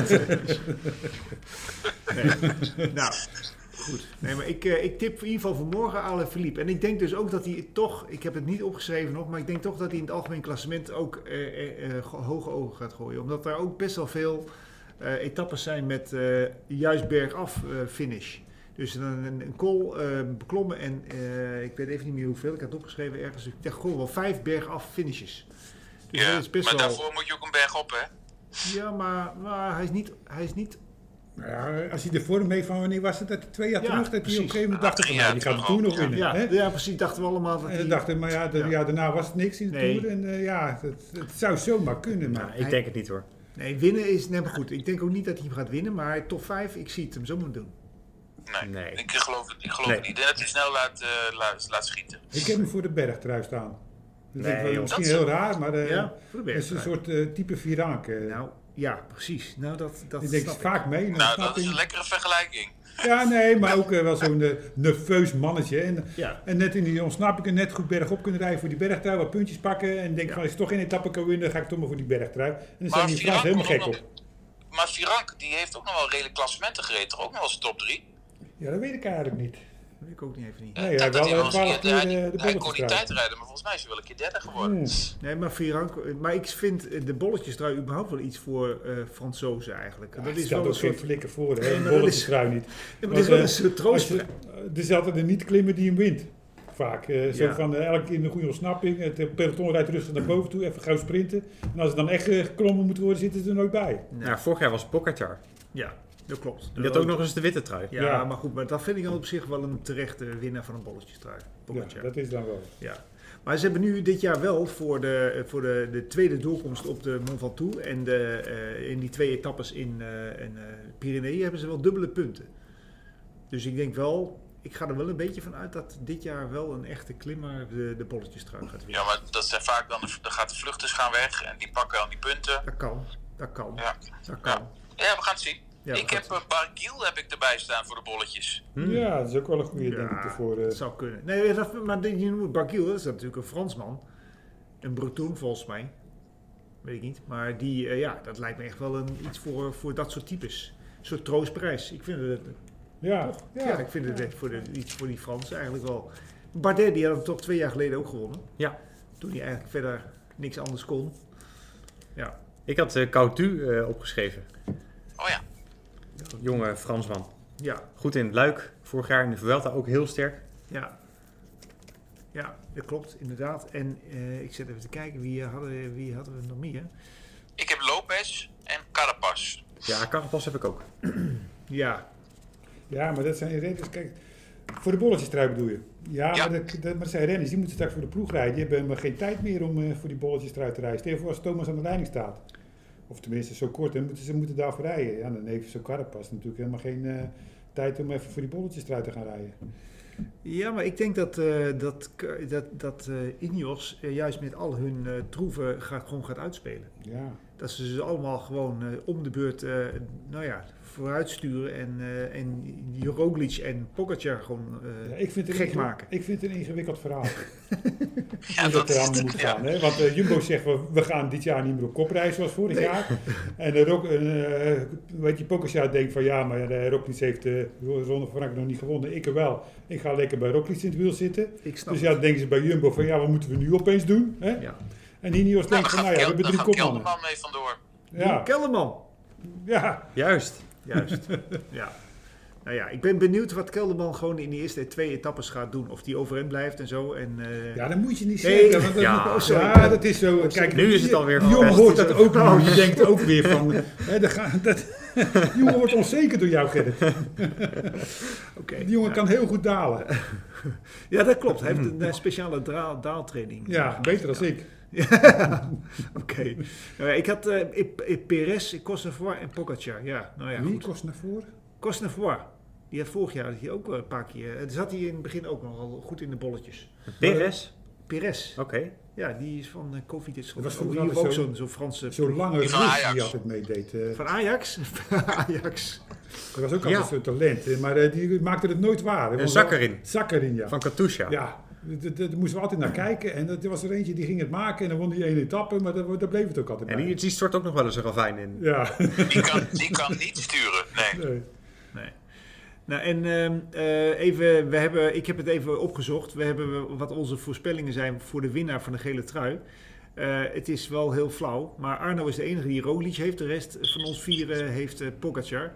nee. Nou, goed. Nee, maar ik, uh, ik tip in ieder geval voor morgen Alaphilippe. En ik denk dus ook dat hij toch, ik heb het niet opgeschreven nog, maar ik denk toch dat hij in het algemeen klassement ook uh, uh, uh, hoge ogen gaat gooien. Omdat er ook best wel veel uh, etappes zijn met uh, juist bergaf uh, finish. Dus een, een, een col uh, beklommen en uh, ik weet even niet meer hoeveel, ik had het opgeschreven ergens. Ik dacht gewoon wel vijf bergaf finishes. Dus ja, dat is best maar wel... daarvoor moet je ook een berg op, hè? Ja, maar, maar hij is niet... Hij is niet... Nou ja, als hij de vorm heeft van wanneer was het, dat twee jaar ja, terug, dat hij op een gegeven moment dacht van, ja, nou, die gaat de Tour nog ja. winnen. Ja, hè? ja, precies, dachten we allemaal dat en hij... dachten, maar ja, de, ja. ja, daarna was het niks in de nee. Tour. En uh, ja, het, het zou zomaar kunnen. Maar Nou, ik hij, denk het niet hoor. Nee, winnen is... Nee, maar goed, ik denk ook niet dat hij hem gaat winnen, maar top vijf, ik zie het hem zomaar doen. Nee, nee. ik geloof het, ik geloof nee. het niet. Ik denk dat hij snel laat, uh, laat, laat schieten. Ik heb hem voor de bergtrui staan. Dat Nee, is wel, joh. misschien Dat heel raar, maar uh, Ja, voor de het is een bergtrui. soort uh, type Virank. Uh. Nou, ja, precies. Nou, dat, dat ik denk snap ik. vaak mee. Nou, dat is een lekkere vergelijking. Ja, nee, maar ook uh, wel zo'n uh, nerveus mannetje. En, Ja. en net in die ontsnappingen net goed bergop kunnen rijden voor die bergtrui, wat puntjes pakken. En denk Ja. van, als je toch geen etappe kan winnen, ga ik toch maar voor die bergtrui. En dan zijn Maar die Fransen Virank helemaal kon gek ook op. nog- Maar Virank, die heeft ook nog wel redelijk klassementen gereden, toch? Ook nog wel eens top drie. Ja, dat weet ik eigenlijk niet. Dat weet ik ook niet even niet. Nee, Ik dacht hij dat wel, hij uh, wel eens een twaalf keer- keer, hij- uh, de Hij kon die bolletjestrui. tijd rijden, maar volgens mij is hij wel een keer derde geworden. Hmm. Nee, maar Virank... Maar ik vind de bolletjestrui überhaupt wel iets voor uh, Fransozen eigenlijk. Ja, dat het is stelt wel ook een geen soort... flikker voor, hè? Nee, Een maar dat bolletjestrui niet. Ja, maar het is wel uh, een soort troost. als je- uh, Er is altijd een niet-klimmer die hem wint. Vaak. Uh, zo Ja. van uh, elke keer een goede ontsnapping. Het peloton rijdt rustig naar boven toe, even gauw sprinten. En als het dan echt uh, geklommen moet worden, zitten ze er nooit bij. Nee. Nou, vorig jaar was het Pogacar. Ja, dat klopt. Die had ook nog eens de witte trui. Ja, Ja. maar goed, maar dat vind ik dan op zich wel een terechte winnaar van een bolletjestrui. Ja, dat is dan wel. Ja. Maar ze hebben nu dit jaar wel voor de, voor de, de tweede doorkomst op de Mont Ventoux en de, uh, in die twee etappes in, uh, in uh, Pyreneeën hebben ze wel dubbele punten. Dus ik denk wel, ik ga er wel een beetje van uit dat dit jaar wel een echte klimmer de, de bolletjestrui gaat winnen. Ja, maar dat zijn vaak dan, de, dan gaat de vluchters gaan weg en die pakken dan die punten. Dat kan, dat kan, Ja, dat kan. ja we gaan het zien. Ja, we ik gaan heb het uh, Barguil heb ik erbij staan voor de bolletjes. Hm. Ja, dat is ook wel een goede, Ja, denk ik, ervoor. Uh, dat zou kunnen. Nee, dat, maar je noemt Barguil, dat is natuurlijk een Fransman. Een Breton volgens mij. Weet ik niet. Maar die, uh, ja, dat lijkt me echt wel een, iets voor, voor dat soort types. Een soort troostprijs. Ik vind het, ja, toch? ja, Ja, ik vind het echt voor de, iets voor die Fransen eigenlijk wel. Bardet, die had hem toch twee jaar geleden ook gewonnen. Ja. Toen hij eigenlijk verder niks anders kon. Ja. Ik had uh, Coutu uh, opgeschreven. Oh ja. Jonge Fransman. Ja, Goed in het Luik. Vorig jaar in de Vuelta ook heel sterk. ja. Ja, dat klopt, inderdaad. En uh, ik zit even te kijken, wie hadden, wie hadden we nog meer? Ik heb Lopez en Carapaz. Ja, Carapaz heb ik ook. Ja, ja, maar dat zijn renners. Kijk, voor de bolletjestrui bedoel je? Ja, Ja. Maar, dat, dat, maar dat zijn renners, die moeten straks voor de ploeg rijden. Die hebben helemaal geen tijd meer om uh, voor die bolletjestrui te rijden. Stel je voor als Thomas aan de leiding staat. Of tenminste zo kort, dan moeten ze moeten daarvoor rijden. Ja, dan heeft zo'n Carapaz natuurlijk helemaal geen uh, tijd om even voor die bolletjestrui te gaan rijden. Ja, maar ik denk dat, uh, dat, dat, dat uh, Ineos uh, juist met al hun uh, troeven gaat, gewoon gaat uitspelen. Ja. Dat ze ze allemaal gewoon uh, om de beurt uh, nou ja, vooruit sturen en, uh, en die Roglic en Pogacar gewoon uh, Ja, ik vind het gek een, maken. Ik vind het een ingewikkeld verhaal. Ja, Hoe dat er aan is- moet ja. gaan. Hè? Want uh, Jumbo zegt, we, we gaan dit jaar niet meer op kop rijden zoals vorig Nee. jaar. En uh, Rock, uh, weet je, Pogacar denkt van ja, maar uh, Roglic heeft de Ronde van Frankrijk nog niet gewonnen. Ik er wel. Ik ga lekker bij Roglic in het wiel zitten. Ik snap Dus ja, dan denken ze bij Jumbo van ja, wat moeten we nu opeens doen? Hè? het. Ja. En Ineos Nou, denkt dan van nou gaat ja, we hebben Kel- drie dan gaat kopmannen. Kelderman mee vandoor. Ja. Ja, Kellerman. ja. Juist. Juist. Ja. Nou ja, ik ben benieuwd wat Kelderman gewoon in die eerste twee etappes gaat doen. Of die overeind blijft en zo. En, uh... Ja, dat moet je niet Nee, zeggen. Want dat, ja, oh, sorry, ja, dat is zo. Kijk, nu is het alweer Die jongen verpest. hoort dat ook nu. Die denkt ook weer van... Hè, dat ga, dat, die jongen wordt onzeker door jou, Gerrit. Okay, Die jongen ja. kan heel goed dalen. Ja, dat klopt. Hij heeft een uh, speciale dra- daaltraining. Ja, beter dan ik. Ja. Oké. Okay. Nou ja, ik had uh, ik, ik, Perez, Cosnefroid en Pogacar. Ja, nou ja, Wie goed. kost naar voren? Cosnefroid. Die had vorig jaar hier ook een paar keer. Uh, zat hij in het begin ook nogal goed in de bolletjes. Perez? Perez. Oké. Okay. Ja, die is van uh, Cofidis. Dat was ook, vroeger ook zo- zo'n zo Franse... Zo'n lange Die van Rus Ajax. die altijd meedeed. Uh, Van Ajax? Ajax. dat was ook Ja. altijd zo'n talent. hè, Maar uh, die maakte het nooit waar. hè. Een Zakkerin. Zakkerin, ja. Van Katusha. Ja, daar- daar daar moesten we altijd naar kijken. En er was er eentje die ging het maken en dan won die ene etappe. Maar daar, daar bleef het ook altijd En bij. die, die stort ook nog wel eens een ravijn in. Ja. Die kan, die kan niet sturen. Nee. Nee. Nee. Nou, en uh, uh, even, we hebben, ik heb het even opgezocht. We hebben wat onze voorspellingen zijn voor de winnaar van de gele trui. Uh, het is wel heel flauw, maar Arno is de enige die Roglic heeft. De rest van ons vieren heeft uh, Pogacar.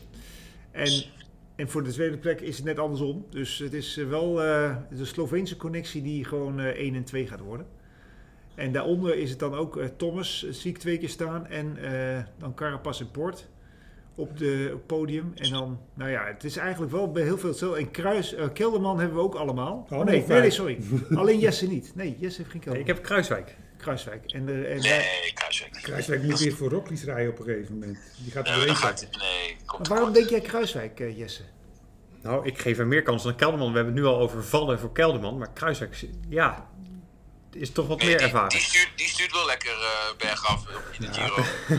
En, en voor de tweede plek is het net andersom. Dus het is uh, wel uh, de Sloveense connectie die gewoon uh, één en twee gaat worden. En daaronder is het dan ook uh, Thomas, uh, zie ik twee keer staan. En uh, dan Carapaz en Port op de, op het podium. En dan, nou ja, het is eigenlijk wel bij heel veel hetzelfde. En Kruis, uh, Kelderman hebben we ook allemaal. Oh, nee, nee, nee, sorry. Alleen Jesse niet. Nee, Jesse heeft geen Kelderman. Ik heb Kruiswijk. Kruiswijk. En, de, en Nee, Kruiswijk niet. Kruiswijk moet weer voor Roglic rijden op een gegeven moment. Die gaat er Nee, doorheen dat gaat, zetten. nee, komt maar waarom denk jij Kruiswijk, uh, Jesse? Nou, ik geef hem meer kans dan Kelderman. We hebben het nu al over vallen voor Kelderman. Maar Kruiswijk, ja, is toch wat Nee, meer die, ervaren. Die stuurt, die stuurt wel lekker uh, bergaf in de Giro.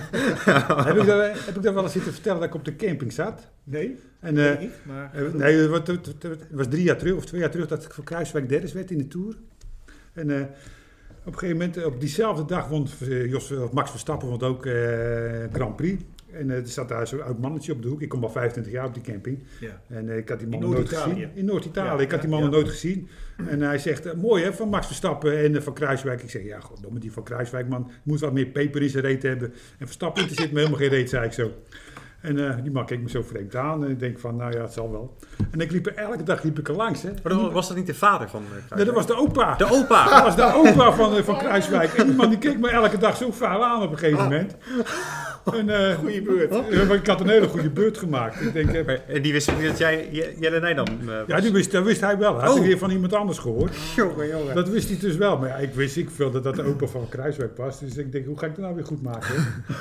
heb, ik daar, heb ik daar wel eens zitten vertellen dat ik op de camping zat? Nee, En, uh, niet. Maar... uh, nee, het was, het, het was drie jaar terug of twee jaar terug dat ik voor Kruiswijk derde werd in de Tour. En uh, op een gegeven moment, op diezelfde dag won uh, Jos, of Max Verstappen won ook uh, Grand Prix. En uh, er zat daar zo'n oud mannetje op de hoek. Ik kom al vijfentwintig jaar op die camping. Ja. En uh, ik had die man In nog nooit Noord-Italië. gezien. In Noord-Italië. Ja, ik had die ja, man ja. nog nooit gezien. En hij zegt, uh, mooi hè, van Max Verstappen en uh, van Kruiswijk. Ik zeg, ja, goddomme, die van Kruiswijk, man. Moet wat meer peper in zijn reet hebben. En Verstappen interesseert me helemaal geen reet, zei ik zo. En uh, die man keek me zo vreemd aan. En ik denk van, nou ja, het zal wel. En ik liep er, elke dag liep ik er langs. Hè. Maar dan was dat niet de vader van uh, Kruiswijk? Nee, dat was de opa. De opa! Dat was de opa van, uh, van Kruiswijk. En die man die keek me elke dag zo vuil aan op een gegeven moment. En, uh, Goeie beurt. uh, ik had een hele goede beurt gemaakt. Ik denk, uh, Maar, en die wist niet dat jij Je- Jelle Nijdam uh, was? ja, die wist, dat wist hij wel. Hij had Oh. ik weer van iemand anders gehoord. Jongen, jongen. Dat wist hij dus wel. Maar ja, ik wist ik veel dat dat de opa van Kruiswijk was. Dus ik denk, hoe ga ik dat nou weer goed maken?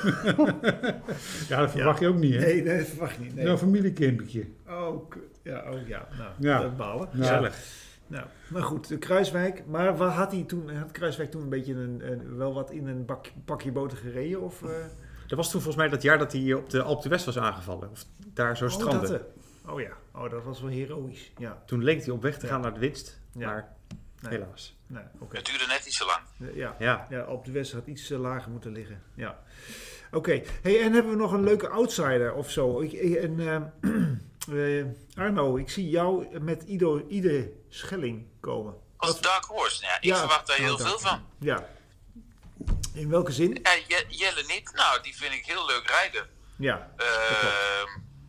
Ja, dat verwacht je ook niet, hè? Nee, nee, dat verwacht je niet. Nee. Een familiecampingje. Oh, k- ja, oh ja, nou, Ja. dat balen. Ja. Gezellig. Nou, maar goed, de Kruiswijk. Maar wat had hij toen? Had Kruiswijk toen een beetje een, een, wel wat in een bak, pakje boter gereden? Of, uh... Dat was toen volgens mij dat jaar dat hij op de Alpe d'Huez was aangevallen. Of daar zo oh, strandde. dat, uh. oh ja, oh, dat was wel heroïsch. Ja, Toen leek hij op weg te Ja. gaan naar de winst. Ja. Maar nee, helaas. nee, oké. Het duurde net iets te lang. Ja, Ja. ja, op de West had iets uh, lager moeten liggen. Ja. Oké, okay. Hey, en hebben we nog een leuke outsider of zo? Ik, ik- en, uh, uh, Arno, ik zie jou met Ido, Ide Schelling komen. Als Dark Horse, ja, ik Ja, verwacht daar heel nou, veel van. Ja. In welke zin? Ja, Je- Jelle niet, nou, die vind ik heel leuk rijden. Ja. Ehm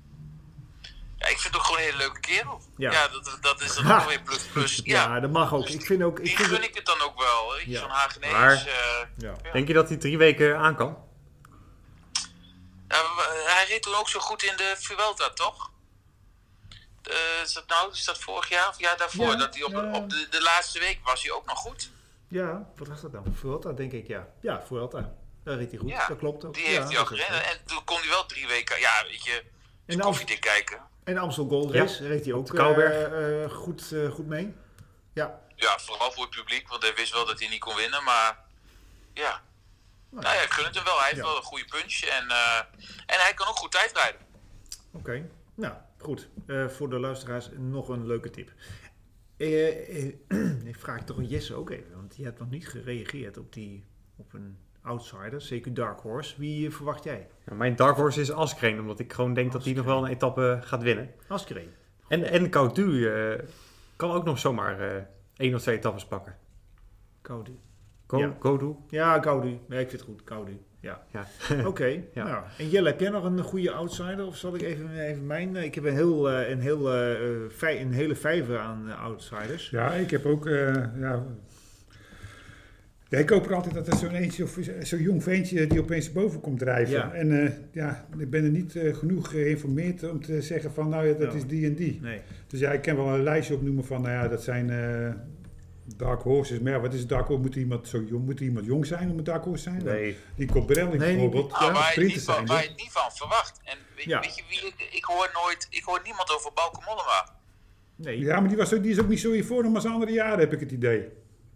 ja, ik vind het ook gewoon een hele leuke kerel. Ja. Ja, dat, dat is dan Ha. ook weer plus plus. Ja, Ja, dat mag ook. Ik vind ook... Ik die vind gun het- ik het dan ook wel. Weet je, Ja. zo'n Hagenees. Maar- eh, ja. Ja. Denk je dat hij drie weken aan kan? ja, w- hij reed toen ook zo goed in de Vuelta, toch? De, is dat nou, is dat vorig jaar of jaar daarvoor? Ja, dat hij op, ja. op de, de laatste week was hij ook nog goed. Ja, wat was dat dan? Vuelta, denk ik, ja. Ja, Vuelta. Daar reed hij goed. Ja, Dat klopt ook. Die Ja, heeft hij al dat is gereden. ook. En toen kon hij wel drie weken, ja, weet je, En de koffiedik kijken. En de Amstel Gold Race reed hij ook de Kouwberg. eh, eh, goed, eh, goed mee. Ja. Ja, vooral voor het publiek, want hij wist wel dat hij niet kon winnen, maar ja. Nou, Nou ja, ik gun het hem wel. Hij heeft Ja. wel een goede punch en, uh, en hij kan ook goed tijdrijden. Oké. Okay. Nou, goed. Uh, voor de luisteraars nog een leuke tip. Uh, uh, ik vraag toch een Jesse ook even, want die hebt nog niet gereageerd op, die, op een outsider, zeker Dark Horse. Wie uh, verwacht jij? Nou, mijn dark horse is Askreen, omdat ik gewoon denk dat hij nog wel een etappe gaat winnen. Askreen. En, en Gaudu uh, kan ook nog zomaar uh, één of twee etappes pakken. Gaudu. Go, Ja. Gaudu? Ja, Gaudu. Ja, ik vind het goed. Gaudu. Ja. Ja. Oké. Okay. Ja. Nou, en Jelle, heb jij nog een goede outsider? Of zal ik even, even mijn... Ik heb een, heel, uh, een, heel, uh, vij, een hele vijver aan uh, outsiders. Ja, ik heb ook... Uh, ja, ja, ik hoop er altijd dat er zo'n eentje of zo'n jong ventje die opeens boven komt drijven. Ja. En uh, ja, ik ben er niet uh, genoeg geïnformeerd om te zeggen van, nou ja, dat no. is die en die. Nee. Dus ja, ik kan wel een lijstje opnoemen van, nou ja, dat zijn uh, dark horses. Maar ja, wat is een dark horse? Moet iemand zo jong, moet iemand jong zijn om een dark horse te zijn? Nee. Die Colbrelli nee, bijvoorbeeld. Ah, ja, waar, je niet van, waar je het niet van verwacht. En weet, ja. weet je wie, ik, ik hoor nooit, ik hoor niemand over Bauke Mollema. Nee. Ja, maar die, was, die is ook niet zo in vorm als andere jaren, heb ik het idee.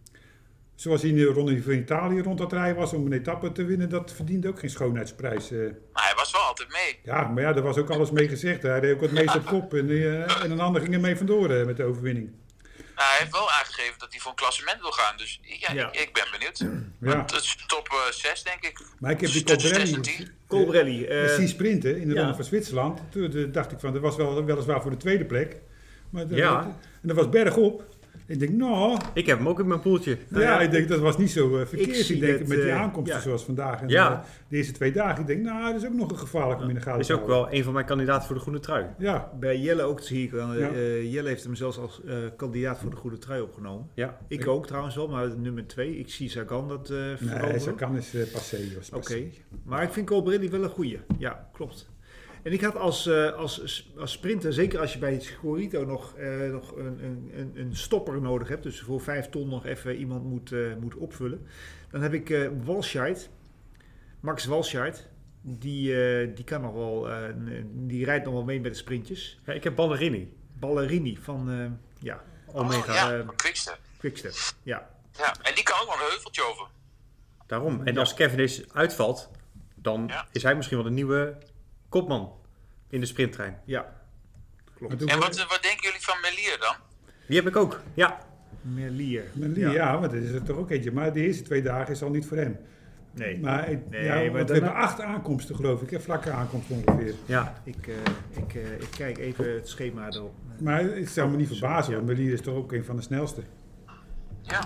Zoals hij in de ronde van Italië rond dat rijden was om een etappe te winnen, dat verdiende ook geen schoonheidsprijs. Uh. Maar hij was wel altijd mee. Ja, maar ja, daar was ook alles mee gezegd. Hij deed ook het meest op kop en, uh, en een ander ging er mee vandoor uh, met de overwinning. Nou, hij heeft wel aangegeven dat hij voor een klassement wil gaan, dus ja, ja. Ik, ik ben benieuwd. Ja. Het is top zes, uh, denk ik. Maar ik heb die Colbrelli, Colbrelli uh, zien sprinten in de ja. ronde van Zwitserland. Toen uh, dacht ik van, dat was wel weliswaar voor de tweede plek. Maar de, ja. En dat was bergop. Ik denk, nou... Ik heb hem ook in mijn poeltje. Nou ja, ja, ik denk, dat was niet zo uh, verkeerd. Ik, ik denk, het, met die aankomsten uh, zoals vandaag. En ja. uh, de eerste twee dagen, ik denk, nou, dat is ook nog een gevaarlijk om in de gaten te houden. Is ook wel een van mijn kandidaten voor de groene trui. Ja. Bij Jelle ook zie ik, uh, ja. uh, Jelle heeft hem zelfs als uh, kandidaat voor de groene trui opgenomen. Ja. Ik ja. ook trouwens wel, maar nummer twee. Ik zie Sagan dat uh, veroveren. Nee, Sagan is uh, passé. Oké, okay. Maar ik vind Colbrelli wel een goeie. Ja, klopt. En ik had als, uh, als, als sprinter, zeker als je bij Scorito nog, uh, nog een, een, een stopper nodig hebt, dus voor vijf ton nog even iemand moet, uh, moet opvullen, dan heb ik uh, Walscheid, Max Walscheid, die, uh, die kan nog wel, uh, die rijdt nog wel mee met de sprintjes. Ja, ik heb Ballerini. Ballerini van, uh, ja, Omega. Oh, ja, uh, Quickstep. Quickstep, ja. Ja, en die kan ook wel een heuveltje over. Daarom. En als Cavendish uitvalt, dan ja. is hij misschien wel de nieuwe kopman in de sprinttrein. Ja, klopt. En wat, wat denken jullie van Merlier dan? Die heb ik ook, ja. Merlier. Merlier, ja, ja want dat is er toch ook eentje. Maar de eerste twee dagen is al niet voor hem. Nee. Maar, nee, ja, maar want daarna... we hebben acht aankomsten, geloof ik. Hè? Vlakke aankomsten ongeveer. Ja. Ik, uh, ik, uh, ik kijk even het schema erop. Maar het zou me niet verbazen, want Merlier is toch ook een van de snelste. Ja.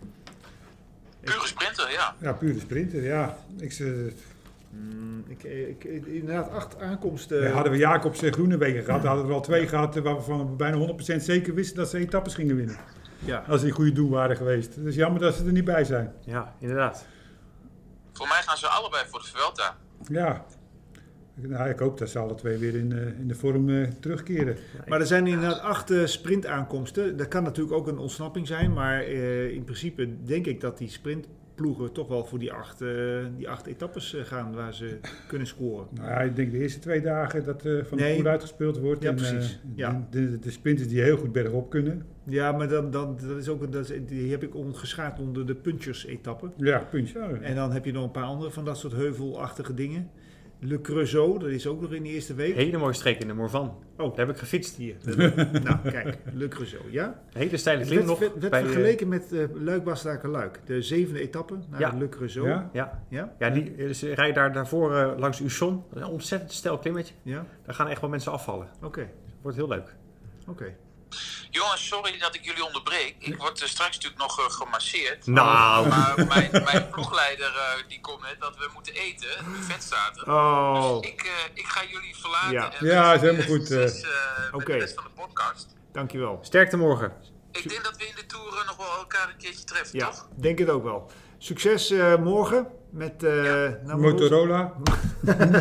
Pure sprinter, ja. Ja, pure sprinter, ja. Ik, uh, Mm, ik, ik, inderdaad, acht aankomsten. Ja, hadden we Jacobs en Groenewegen gehad, hadden we er al twee gehad waarvan we bijna honderd procent zeker wisten dat ze etappes gingen winnen. Ja. Als ze in goede doen waren geweest. Het is jammer dat ze er niet bij zijn. Ja, inderdaad. Voor mij gaan ze allebei voor de Vuelta. Ja. Nou, ik hoop dat ze alle twee weer in, uh, in de vorm uh, terugkeren. Ja, maar er zijn inderdaad acht uh, sprintaankomsten. Dat kan natuurlijk ook een ontsnapping zijn, maar uh, in principe denk ik dat die sprint ploegen toch wel voor die acht, uh, die acht etappes uh, gaan waar ze kunnen scoren. Nou ja, ik denk de eerste twee dagen dat uh, van nee. de poel uitgespeeld wordt. Ja, en, precies. Uh, ja. De, de, de sprinters die heel goed bergop kunnen. Ja, maar dan, dan, dat is ook, dat is, die heb ik ongeschaard onder de punchers-etappen. Ja, punch. Ja. En dan heb je nog een paar andere van dat soort heuvelachtige dingen. Le Creusot, dat is ook nog in de eerste week. Hele mooie streek in de Morvan. Oh, daar heb ik gefietst. Hier. Nou, kijk, Le Creusot, ja. Hele steile klim nog. Het werd, werd vergeleken uh, met uh, Luik-Bastenaken-Luik. De zevende etappe naar ja. Le Creusot. Ja, ja. ja? ja die, ze rijden daar daarvoor uh, langs Uson. Een ontzettend steil klimmetje. Ja. Daar gaan echt wel mensen afvallen. Oké. Okay. Wordt heel leuk. Oké. Okay. Jongens, sorry dat ik jullie onderbreek. Ik word uh, straks natuurlijk nog uh, gemasseerd. Nou. Maar mijn, mijn ploegleider uh, die komt net dat we moeten eten. De vet staat er. Oh. Dus ik, uh, ik ga jullie verlaten. Ja, en ja is helemaal goed. Uh, uh, Oké. Okay. De rest van de podcast. Dankjewel. Sterkte morgen. Ik denk dat we in de Tour uh, nog wel elkaar een keertje treffen, ja, toch? Denk het ook wel. Succes uh, morgen met uh, ja. nou, Motorola. Dat zou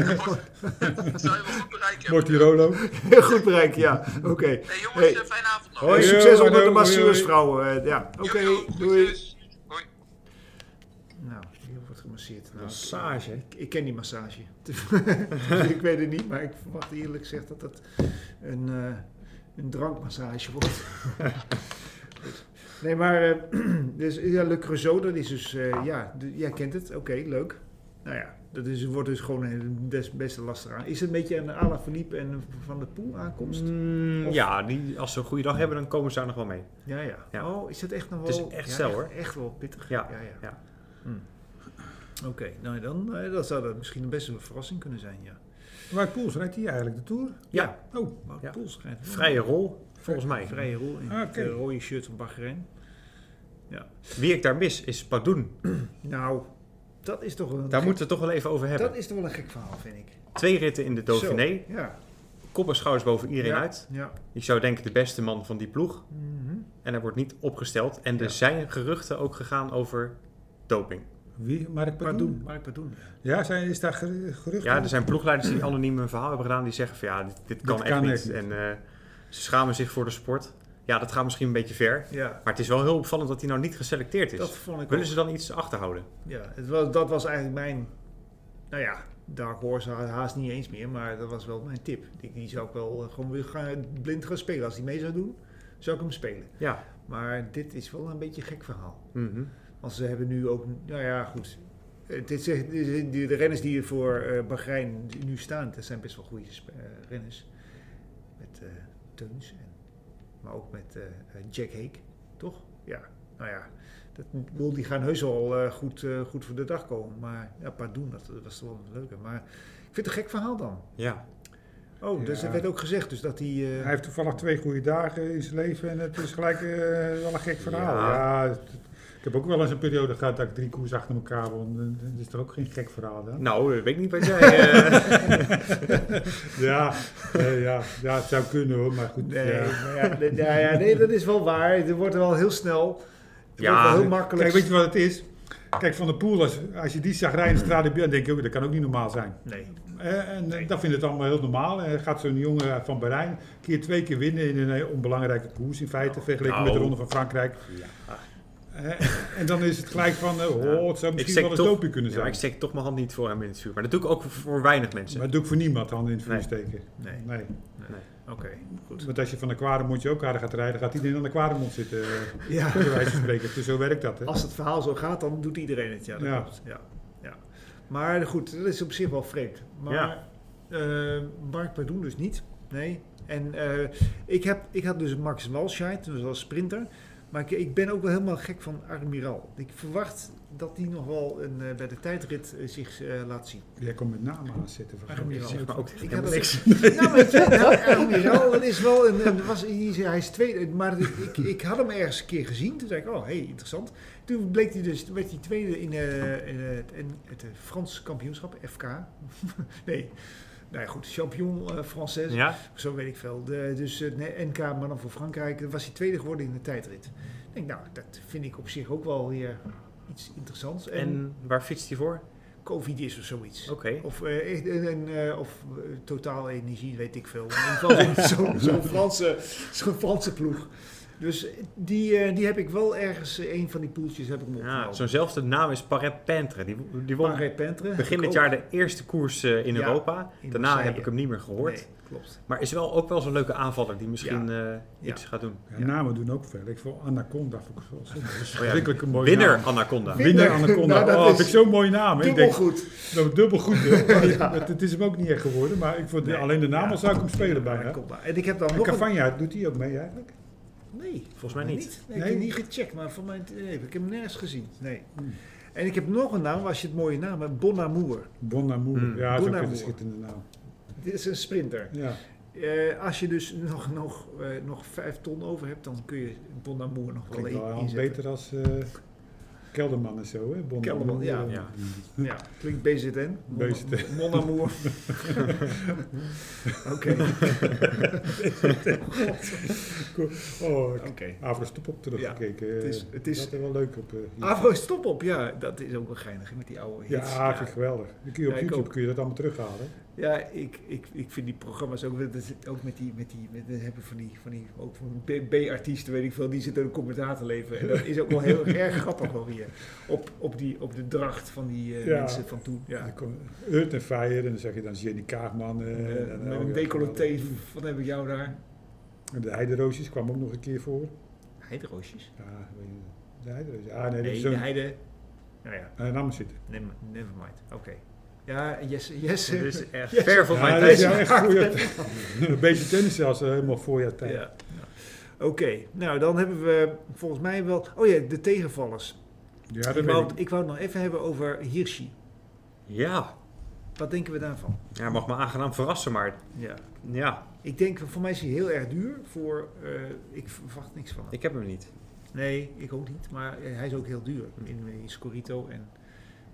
je wel goed bereiken. Motorola. Goed bereiken, ja. Oké. Okay. Hey, jongens, hey. Fijne avond nog. Hoi, succes onder de, de masseursvrouwen. Uh, ja, oké. Okay. Doei. Hoi. Nou, hier wordt gemasseerd. Nou, massage? Ik, ik ken die massage. Ik weet het niet, maar ik verwacht eerlijk gezegd dat dat een, uh, een drankmassage wordt. Goed. Nee, maar uh, dus, ja, Le Creusot, dat is dus, uh, ja, de, jij kent het, oké, okay, leuk. Nou ja, dat is, wordt dus gewoon een des, beste lastig aan. Is het een beetje een à la Philippe en Van der Poel aankomst? Mm, ja, die, als ze een goede dag hebben, dan komen ze daar nog wel mee. Ja, ja. ja. Oh, is dat echt nog wel... Het is echt ja, stel, echt, hoor. Echt wel pittig. Ja, ja. ja. ja. Hmm. Oké, okay, nou dan uh, dat zou dat misschien best een verrassing kunnen zijn, ja. Wout Poels, rijdt hij eigenlijk de Tour? Ja. Oh, Wout ja. Poels rijdt. Vrije rol, volgens mij. Vrije rol in ah, okay. het uh, rode shirt van Bahrein. Ja. Wie ik daar mis, is Padoen. Nou, Dat is toch een... Daar gek, moeten we het toch wel even over hebben. Dat is toch wel een gek verhaal, vind ik. Twee ritten in de Dauphiné. Zo, ja. Kop en schouders boven iedereen ja, uit. Ja. Ik zou denken de beste man van die ploeg. Mm-hmm. En hij wordt niet opgesteld. En er Ja. zijn geruchten ook gegaan over doping. Wie? Mark Pardoen? Pardoen. Mark Pardoen. Ja, zijn, is daar ger- gerucht Ja, over? er zijn ploegleiders die anoniem een verhaal hebben gedaan. Die zeggen van ja, dit, dit kan Dit echt kan niet. echt niet. En uh, ze schamen zich voor de sport. Ja, dat gaat misschien een beetje ver. Ja. Maar het is wel heel opvallend dat hij nou niet geselecteerd is. Dat vond ik Willen ook. ze dan iets achterhouden? Ja, het was, dat was eigenlijk mijn... Nou ja, Dark Horse ha- haast niet eens meer, maar dat was wel mijn tip. Die, die zou ik wel uh, gewoon weer gaan, blind gaan spelen. Als hij mee zou doen, zou ik hem spelen. Ja. Maar dit is wel een beetje een gek verhaal. Mm-hmm. Want ze hebben nu ook... Nou ja, goed. Het is, de, de, de renners die er voor uh, Bahrein nu staan, dat zijn best wel goede uh, renners. Met uh, Teuns, en, maar ook met uh, Jack Hake, toch? Ja, nou ja. Dat, bedoel, die gaan heus wel uh, goed, uh, goed voor de dag komen. Maar ja, Pardoen, dat, dat was toch wel leuker. Maar ik vind het een gek verhaal dan. Ja. Oh, dus Ja. er werd ook gezegd dus dat hij... Uh, Hij heeft toevallig twee goede dagen in zijn leven en het is gelijk uh, wel een gek verhaal. Ja. Ja, het, ik heb ook wel eens een periode gehad dat ik drie koers achter elkaar won. Dat is toch ook geen gek verhaal dan? Nou, dat weet ik niet wat jij... Uh... ja, uh, ja, ja, het zou kunnen hoor, maar goed. nee, ja. maar ja, nee, ja, ja, nee, dat is wel waar. Het wordt wel heel snel... Het Ja, wordt wel heel makkelijk. Kijk, weet je wat het is? Kijk, Van der Poel, als, als je die chagrijnige straat hebt, dan denk je ook, dat kan ook niet normaal zijn. Nee. Eh, en nee. Dat vindt het allemaal heel normaal. En gaat zo'n jongen van Bahrein een keer twee keer winnen in een onbelangrijke koers in feite, Nou, vergeleken nou. met de Ronde van Frankrijk. Ja. Eh, en dan is het gelijk van, uh, oh, het zou misschien wel een toch, doping kunnen ja, zijn. maar ik steek toch mijn hand niet voor hem in het vuur. Maar dat doe ik ook voor weinig mensen. Maar dat doe ik voor niemand handen in het vuur Nee. steken. Nee. Nee. Nee. Oké, okay, goed. Want als je van de Kwaremondje ook harder gaat rijden, gaat iedereen aan de Kwaremond zitten. Uh, Ja. bij wijze van spreken. Dus zo werkt dat. Hè? Als het verhaal zo gaat, dan doet iedereen het. Ja, dat Ja. klopt. Ja. Ja. Maar goed, dat is op zich wel vreemd. Maar Ja. uh, Mark Pardoen dus niet. Nee. En uh, ik, heb, ik had dus Max Walscheid, dus als sprinter. Maar ik, ik ben ook wel helemaal gek van Admiral. Ik verwacht dat die nog wel een, uh, bij de tijdrit uh, zich uh, laat zien. Jij komt met namen aan zitten. Admiral. Zeg maar ook Ik helemaal had niks. Nou, weet je, nou, Admiral, dat is wel een, een was, hij is tweede, maar ik, ik, ik had hem ergens een keer gezien. Toen dacht ik, oh, hé, hey, interessant. Toen bleek hij dus, werd hij tweede in, uh, in, uh, in het Frans kampioenschap, F K. nee, nou ja, goed, champion uh, Français, Ja? zo weet ik veel. De, dus uh, nee, N K, maar dan voor Frankrijk, dan was hij tweede geworden in de tijdrit. Ik denk, nou, dat vind ik op zich ook wel weer iets interessants. En, En waar fietst hij voor? Covid is of zoiets. Oké. Okay. Of, uh, echt een, een, uh, of uh, totaal energie, weet ik veel. In ieder geval zo'n zo Franse, zo Franse ploeg. Dus die, uh, die heb ik wel ergens, uh, een van die poeltjes heb ik hem opgenomen. Ja, zo'nzelfde naam is Paret-Pentre. Die, die won Paret-Pentre, begin dit jaar de eerste koers uh, in ja, Europa. in Daarna Marseille. heb ik hem niet meer gehoord. Nee, klopt. Maar is wel ook wel zo'n leuke aanvaller die misschien Ja. uh, iets Ja. gaat doen. Ja, namen doen ook veel. Ik vond Anaconda vond ik zo Oh ja, verschrikkelijk een mooie Winner naam. Anaconda. Winner. Winner Anaconda. Nou, dat oh, is vind ik zo'n mooie naam. hè. Ik Dubbel denk, goed. nou, dubbel goed. Hè? het, het is hem ook niet echt geworden. Maar ik vond Nee. alleen de naam al Ja. zou ik hem spelen bijna. Anaconda. En ik heb dan En nog een... Cavagna, doet hij ook mee eigenlijk? Nee, Volgens mij niet. Nee, ik Nee? heb niet gecheckt, maar voor mij nee, ik heb hem nergens gezien. Nee. Hmm. En ik heb nog een naam, als je het mooie naam hebt, Bon Amour. Bon Amour. Hmm. Ja, dat is Bon ook een Amour. schitterende naam. Dit is een sprinter. Ja. Uh, als je dus nog, nog, uh, nog vijf ton over hebt, dan kun je Bon Amour nog wel Klinkt wel in- al inzetten. beter als uh, Kelderman en zo. Hè? Bon Kelderman, Amour, ja. eh, Ja. Ja, klinkt B Z N. Mon- B Z N. Mon Amour. Oké. Oh, ik Oké. heb Avro Stop op teruggekeken. het is- het is- dat is wel leuk op. Uh, Avro, stop op. Ja, dat is ook wel geinig met die oude hits. ja, vind ik geweldig. Dan kun je op Ja, ik YouTube ook. kun je dat allemaal terughalen. Ja, ik, ik, ik vind die programma's ook, dat is ook met die, met die, met, dan hebben van die, van die, ook van B- B-artiesten, weet ik veel, die zitten in een commentaar leven. En dat is ook wel heel erg grappig wel weer. Op, op, die, op de dracht van die uh, Ja. mensen van toen. Ja. Dan komt Earth and Fire en dan zeg je dan Jenny Kaagman. Uh, Uh, en dan- met oh, een ja, decolleté, wat heb ik jou daar? En de Heideroosjes kwam ook nog een keer voor. Heideroosjes? Ja, weet je, de Heideroosjes. Ah, nee, dat Nee, is de zo'n... heide. Nou ja, Uh, namen zitten. never, never mind. Oké. Okay. Ja, yes, yes. Dat is echt Yes. ver van Ja, mijn dat is tijd. jou echt goed. Een beetje tennis zelfs, uh, helemaal voor jouw tijd. Ja. Oké, okay. Nou dan hebben we volgens mij wel... Oh ja, de tegenvallers. Ja, dat ik, weet wou, ik. ik wou het nog even hebben over Hirschi. Ja. Wat denken we daarvan? Ja, mag me aangenaam verrassen, maar Ja. ja, Ik denk, voor mij is hij heel erg duur. Voor, uh, ik verwacht niks van hem. ik heb hem niet. Nee, ik ook niet. Maar hij is ook heel duur in, in Scorito. En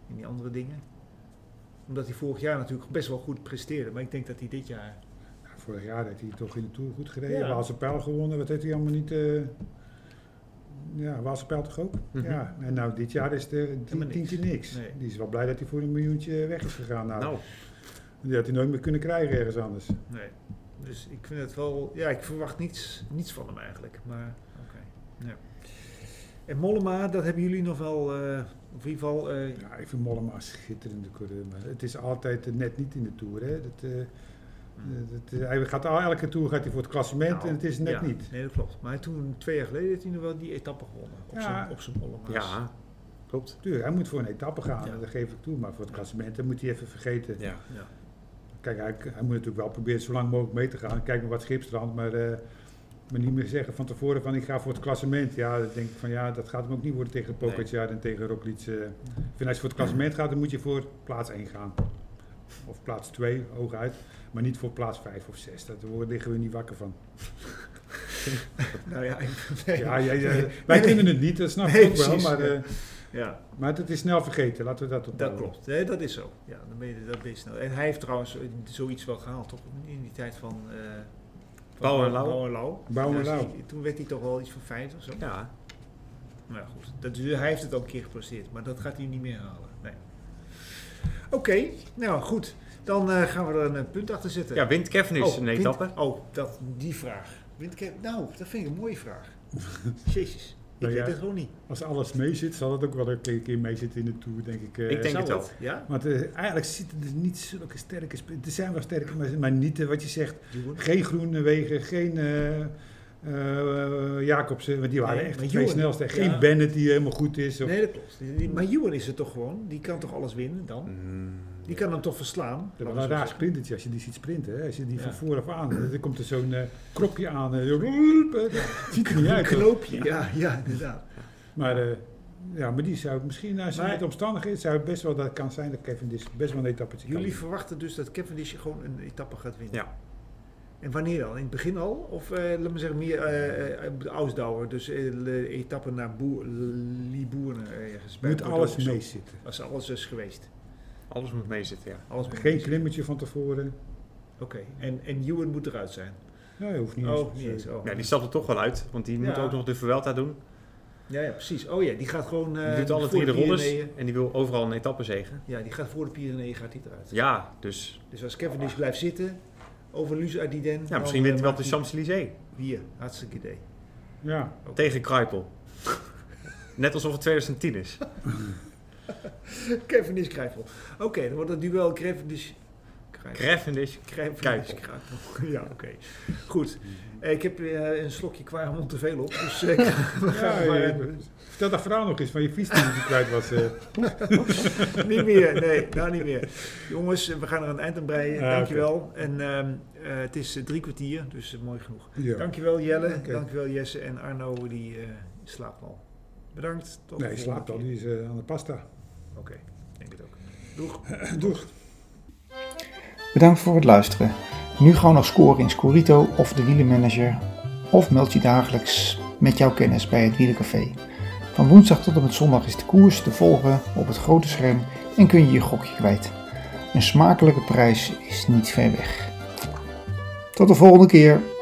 in die andere dingen. Omdat hij vorig jaar natuurlijk best wel goed presteerde. Maar ik denk dat hij dit jaar... Ja, vorig jaar heeft hij toch in de Tour goed gereden. Ja. Waalse Pijl gewonnen. Wat heeft hij allemaal niet... Uh, ja, Waalse Pijl toch ook? Mm-hmm. Ja, en nou dit jaar is er tien, tientje niks. Nee. Die is wel blij dat hij voor een miljoentje weg is gegaan. Nou, Nou. Die had hij nooit meer kunnen krijgen ergens anders. Nee. Dus ik vind het wel... Ja, ik verwacht niets, niets van hem eigenlijk. Maar oké. Okay. Ja. En Mollema, dat hebben jullie nog wel... Uh, of in ieder geval... Uh, Ja, ik vind Mollema een schitterende coureur. Maar het is altijd uh, net niet in de Tour. Hè. Dat, uh, hmm. dat, uh, hij gaat al, elke Tour gaat hij voor het klassement nou, en het is net ja, niet. Nee, dat klopt. Maar toen, twee jaar geleden, heeft hij nog wel die etappe gewonnen. Op Ja. zijn, op zijn Mollema's. Ja, klopt. Tuurlijk, hij moet voor een etappe gaan, Ja. dat geef ik toe. Maar voor het klassement dan moet hij even vergeten. Ja. Ja. Kijk, hij, hij moet natuurlijk wel proberen zo lang mogelijk mee te gaan. Kijk maar wat schipstrand, maar, uh, maar niet meer zeggen van tevoren van ik ga voor het klassement. Ja, dan denk ik van ja, dat gaat hem ook niet worden tegen Pogacar nee. en tegen Roglic. Uh, ik vind als je voor het klassement gaat, dan moet je voor plaats één gaan. Of plaats twee, hooguit. Maar niet voor plaats vijf of zes. Daar liggen we niet wakker van. nou ja, nee. ja jij, uh, wij kunnen het niet, dat snap ik nee, ook wel. precies, Maar, uh, ja. maar het is snel vergeten, laten we dat op. Dat klopt, nee, dat is zo. Ja, dan ben je, dat ben je snel. En hij heeft trouwens zoiets wel gehaald, toch? In die tijd van... Uh, Bouw en Lau. Bouw en Lau. Bouw en ja, Lau. Toen werd hij toch wel iets van vijf of zo. Ja. Nou ja, goed. Dat, hij heeft het ook een keer gepresteerd, maar dat gaat hij niet meer halen. Nee. Oké, okay, nou goed. Dan uh, gaan we er een punt achter zetten. Ja, wint Cavendish oh, een etappe? Wint, oh, dat, die vraag. Wint Cavendish, nou, dat vind ik een mooie vraag. Jezus, ik nou ja, weet het gewoon niet. Als alles mee zit, zal het ook wel een keer mee zitten in de Tour, denk ik. Uh, ik denk het wel. Ja? Want uh, eigenlijk zitten er niet zulke sterke spelers. Er zijn wel sterke, maar, maar niet uh, wat je zegt. Ewan? Geen Groenewegen, geen uh, uh, Jacobsen, want die waren nee, echt de twee Ewan, snelste. Geen ja. Bennett die helemaal goed is. Of, nee, dat klopt. Maar Ewan is het toch gewoon? Die kan toch alles winnen dan? Mm. Die kan hem toch verslaan? dat is wel een raar sprintertje als je die ziet sprinten. Hè? Als je die ja. van vooraf aan, dan komt er zo'n uh, kropje aan. Uh, het ziet er niet uit. Een knoopje, ja, ja, inderdaad. Maar, uh, ja, maar die zou misschien, als je maar, met omstandigheden, zou het best wel dat kan zijn dat Cavendish best wel een etappetje kan. Jullie verwachten dus dat Cavendish gewoon een etappe gaat winnen? Ja. En wanneer dan? In het begin al? Of uh, laten we zeggen meer uh, uh, Ausdauer, dus uh, de etappe naar Boer, Libourne ergens. Moet alles mee zitten. Als alles is geweest. Alles moet meezitten, ja. Alles moet Geen klimmetje van tevoren. Oké, okay. en, en Ewan moet eruit zijn? Nee, dat hoeft niet oh, eens. Niet eens. Oh. Ja, die stapt er toch wel uit, want die ja. moet ook nog de Vuelta doen. Ja, ja, precies. Oh ja, die gaat gewoon... Uh, die doet alle drie de rondes en die wil overal een etappe zegen. Ja, die gaat voor de Pyreneeën gaat die eruit. Ja, dus... Dus als Cavendish oh. blijft zitten, over Luz Ardiden... Ja, misschien wint hij wel de Champs-Élysées. Hier, hartstikke idee. Ja. Okay. Tegen Kruipel. Net alsof het twintig tien is. Cavendish Kruipel. Oké, okay, dan wordt het duel Cavendish... Cavendish Cavendish Kruipel. Ja, oké. Okay. Goed. Uh, ik heb uh, een slokje Quaremont te veel op, dus uh, we gaan ja, maar... Ja, vertel dat verhaal nog eens van je fiets die je kwijt was. Uh. Niet meer, nee, nou niet meer. Jongens, we gaan er aan het eind aan breien. Uh, Dankjewel. Okay. En uh, uh, het is uh, drie kwartier, dus uh, mooi genoeg. Ja. Dankjewel Jelle, okay. Dankjewel Jesse en Arno, die uh, slaapt al. Bedankt. Tot nee, hij slaapt al, die is uh, aan de pasta. Oké, okay. Denk het ook. Doeg. Doeg. Bedankt voor het luisteren. Nu gewoon nog scoren in Scorito of de Wielermanager. Of meld je dagelijks met jouw kennis bij het Wielercafé. Van woensdag tot en met zondag is de koers te volgen op het grote scherm en kun je je gokje kwijt. Een smakelijke prijs is niet ver weg. Tot de volgende keer.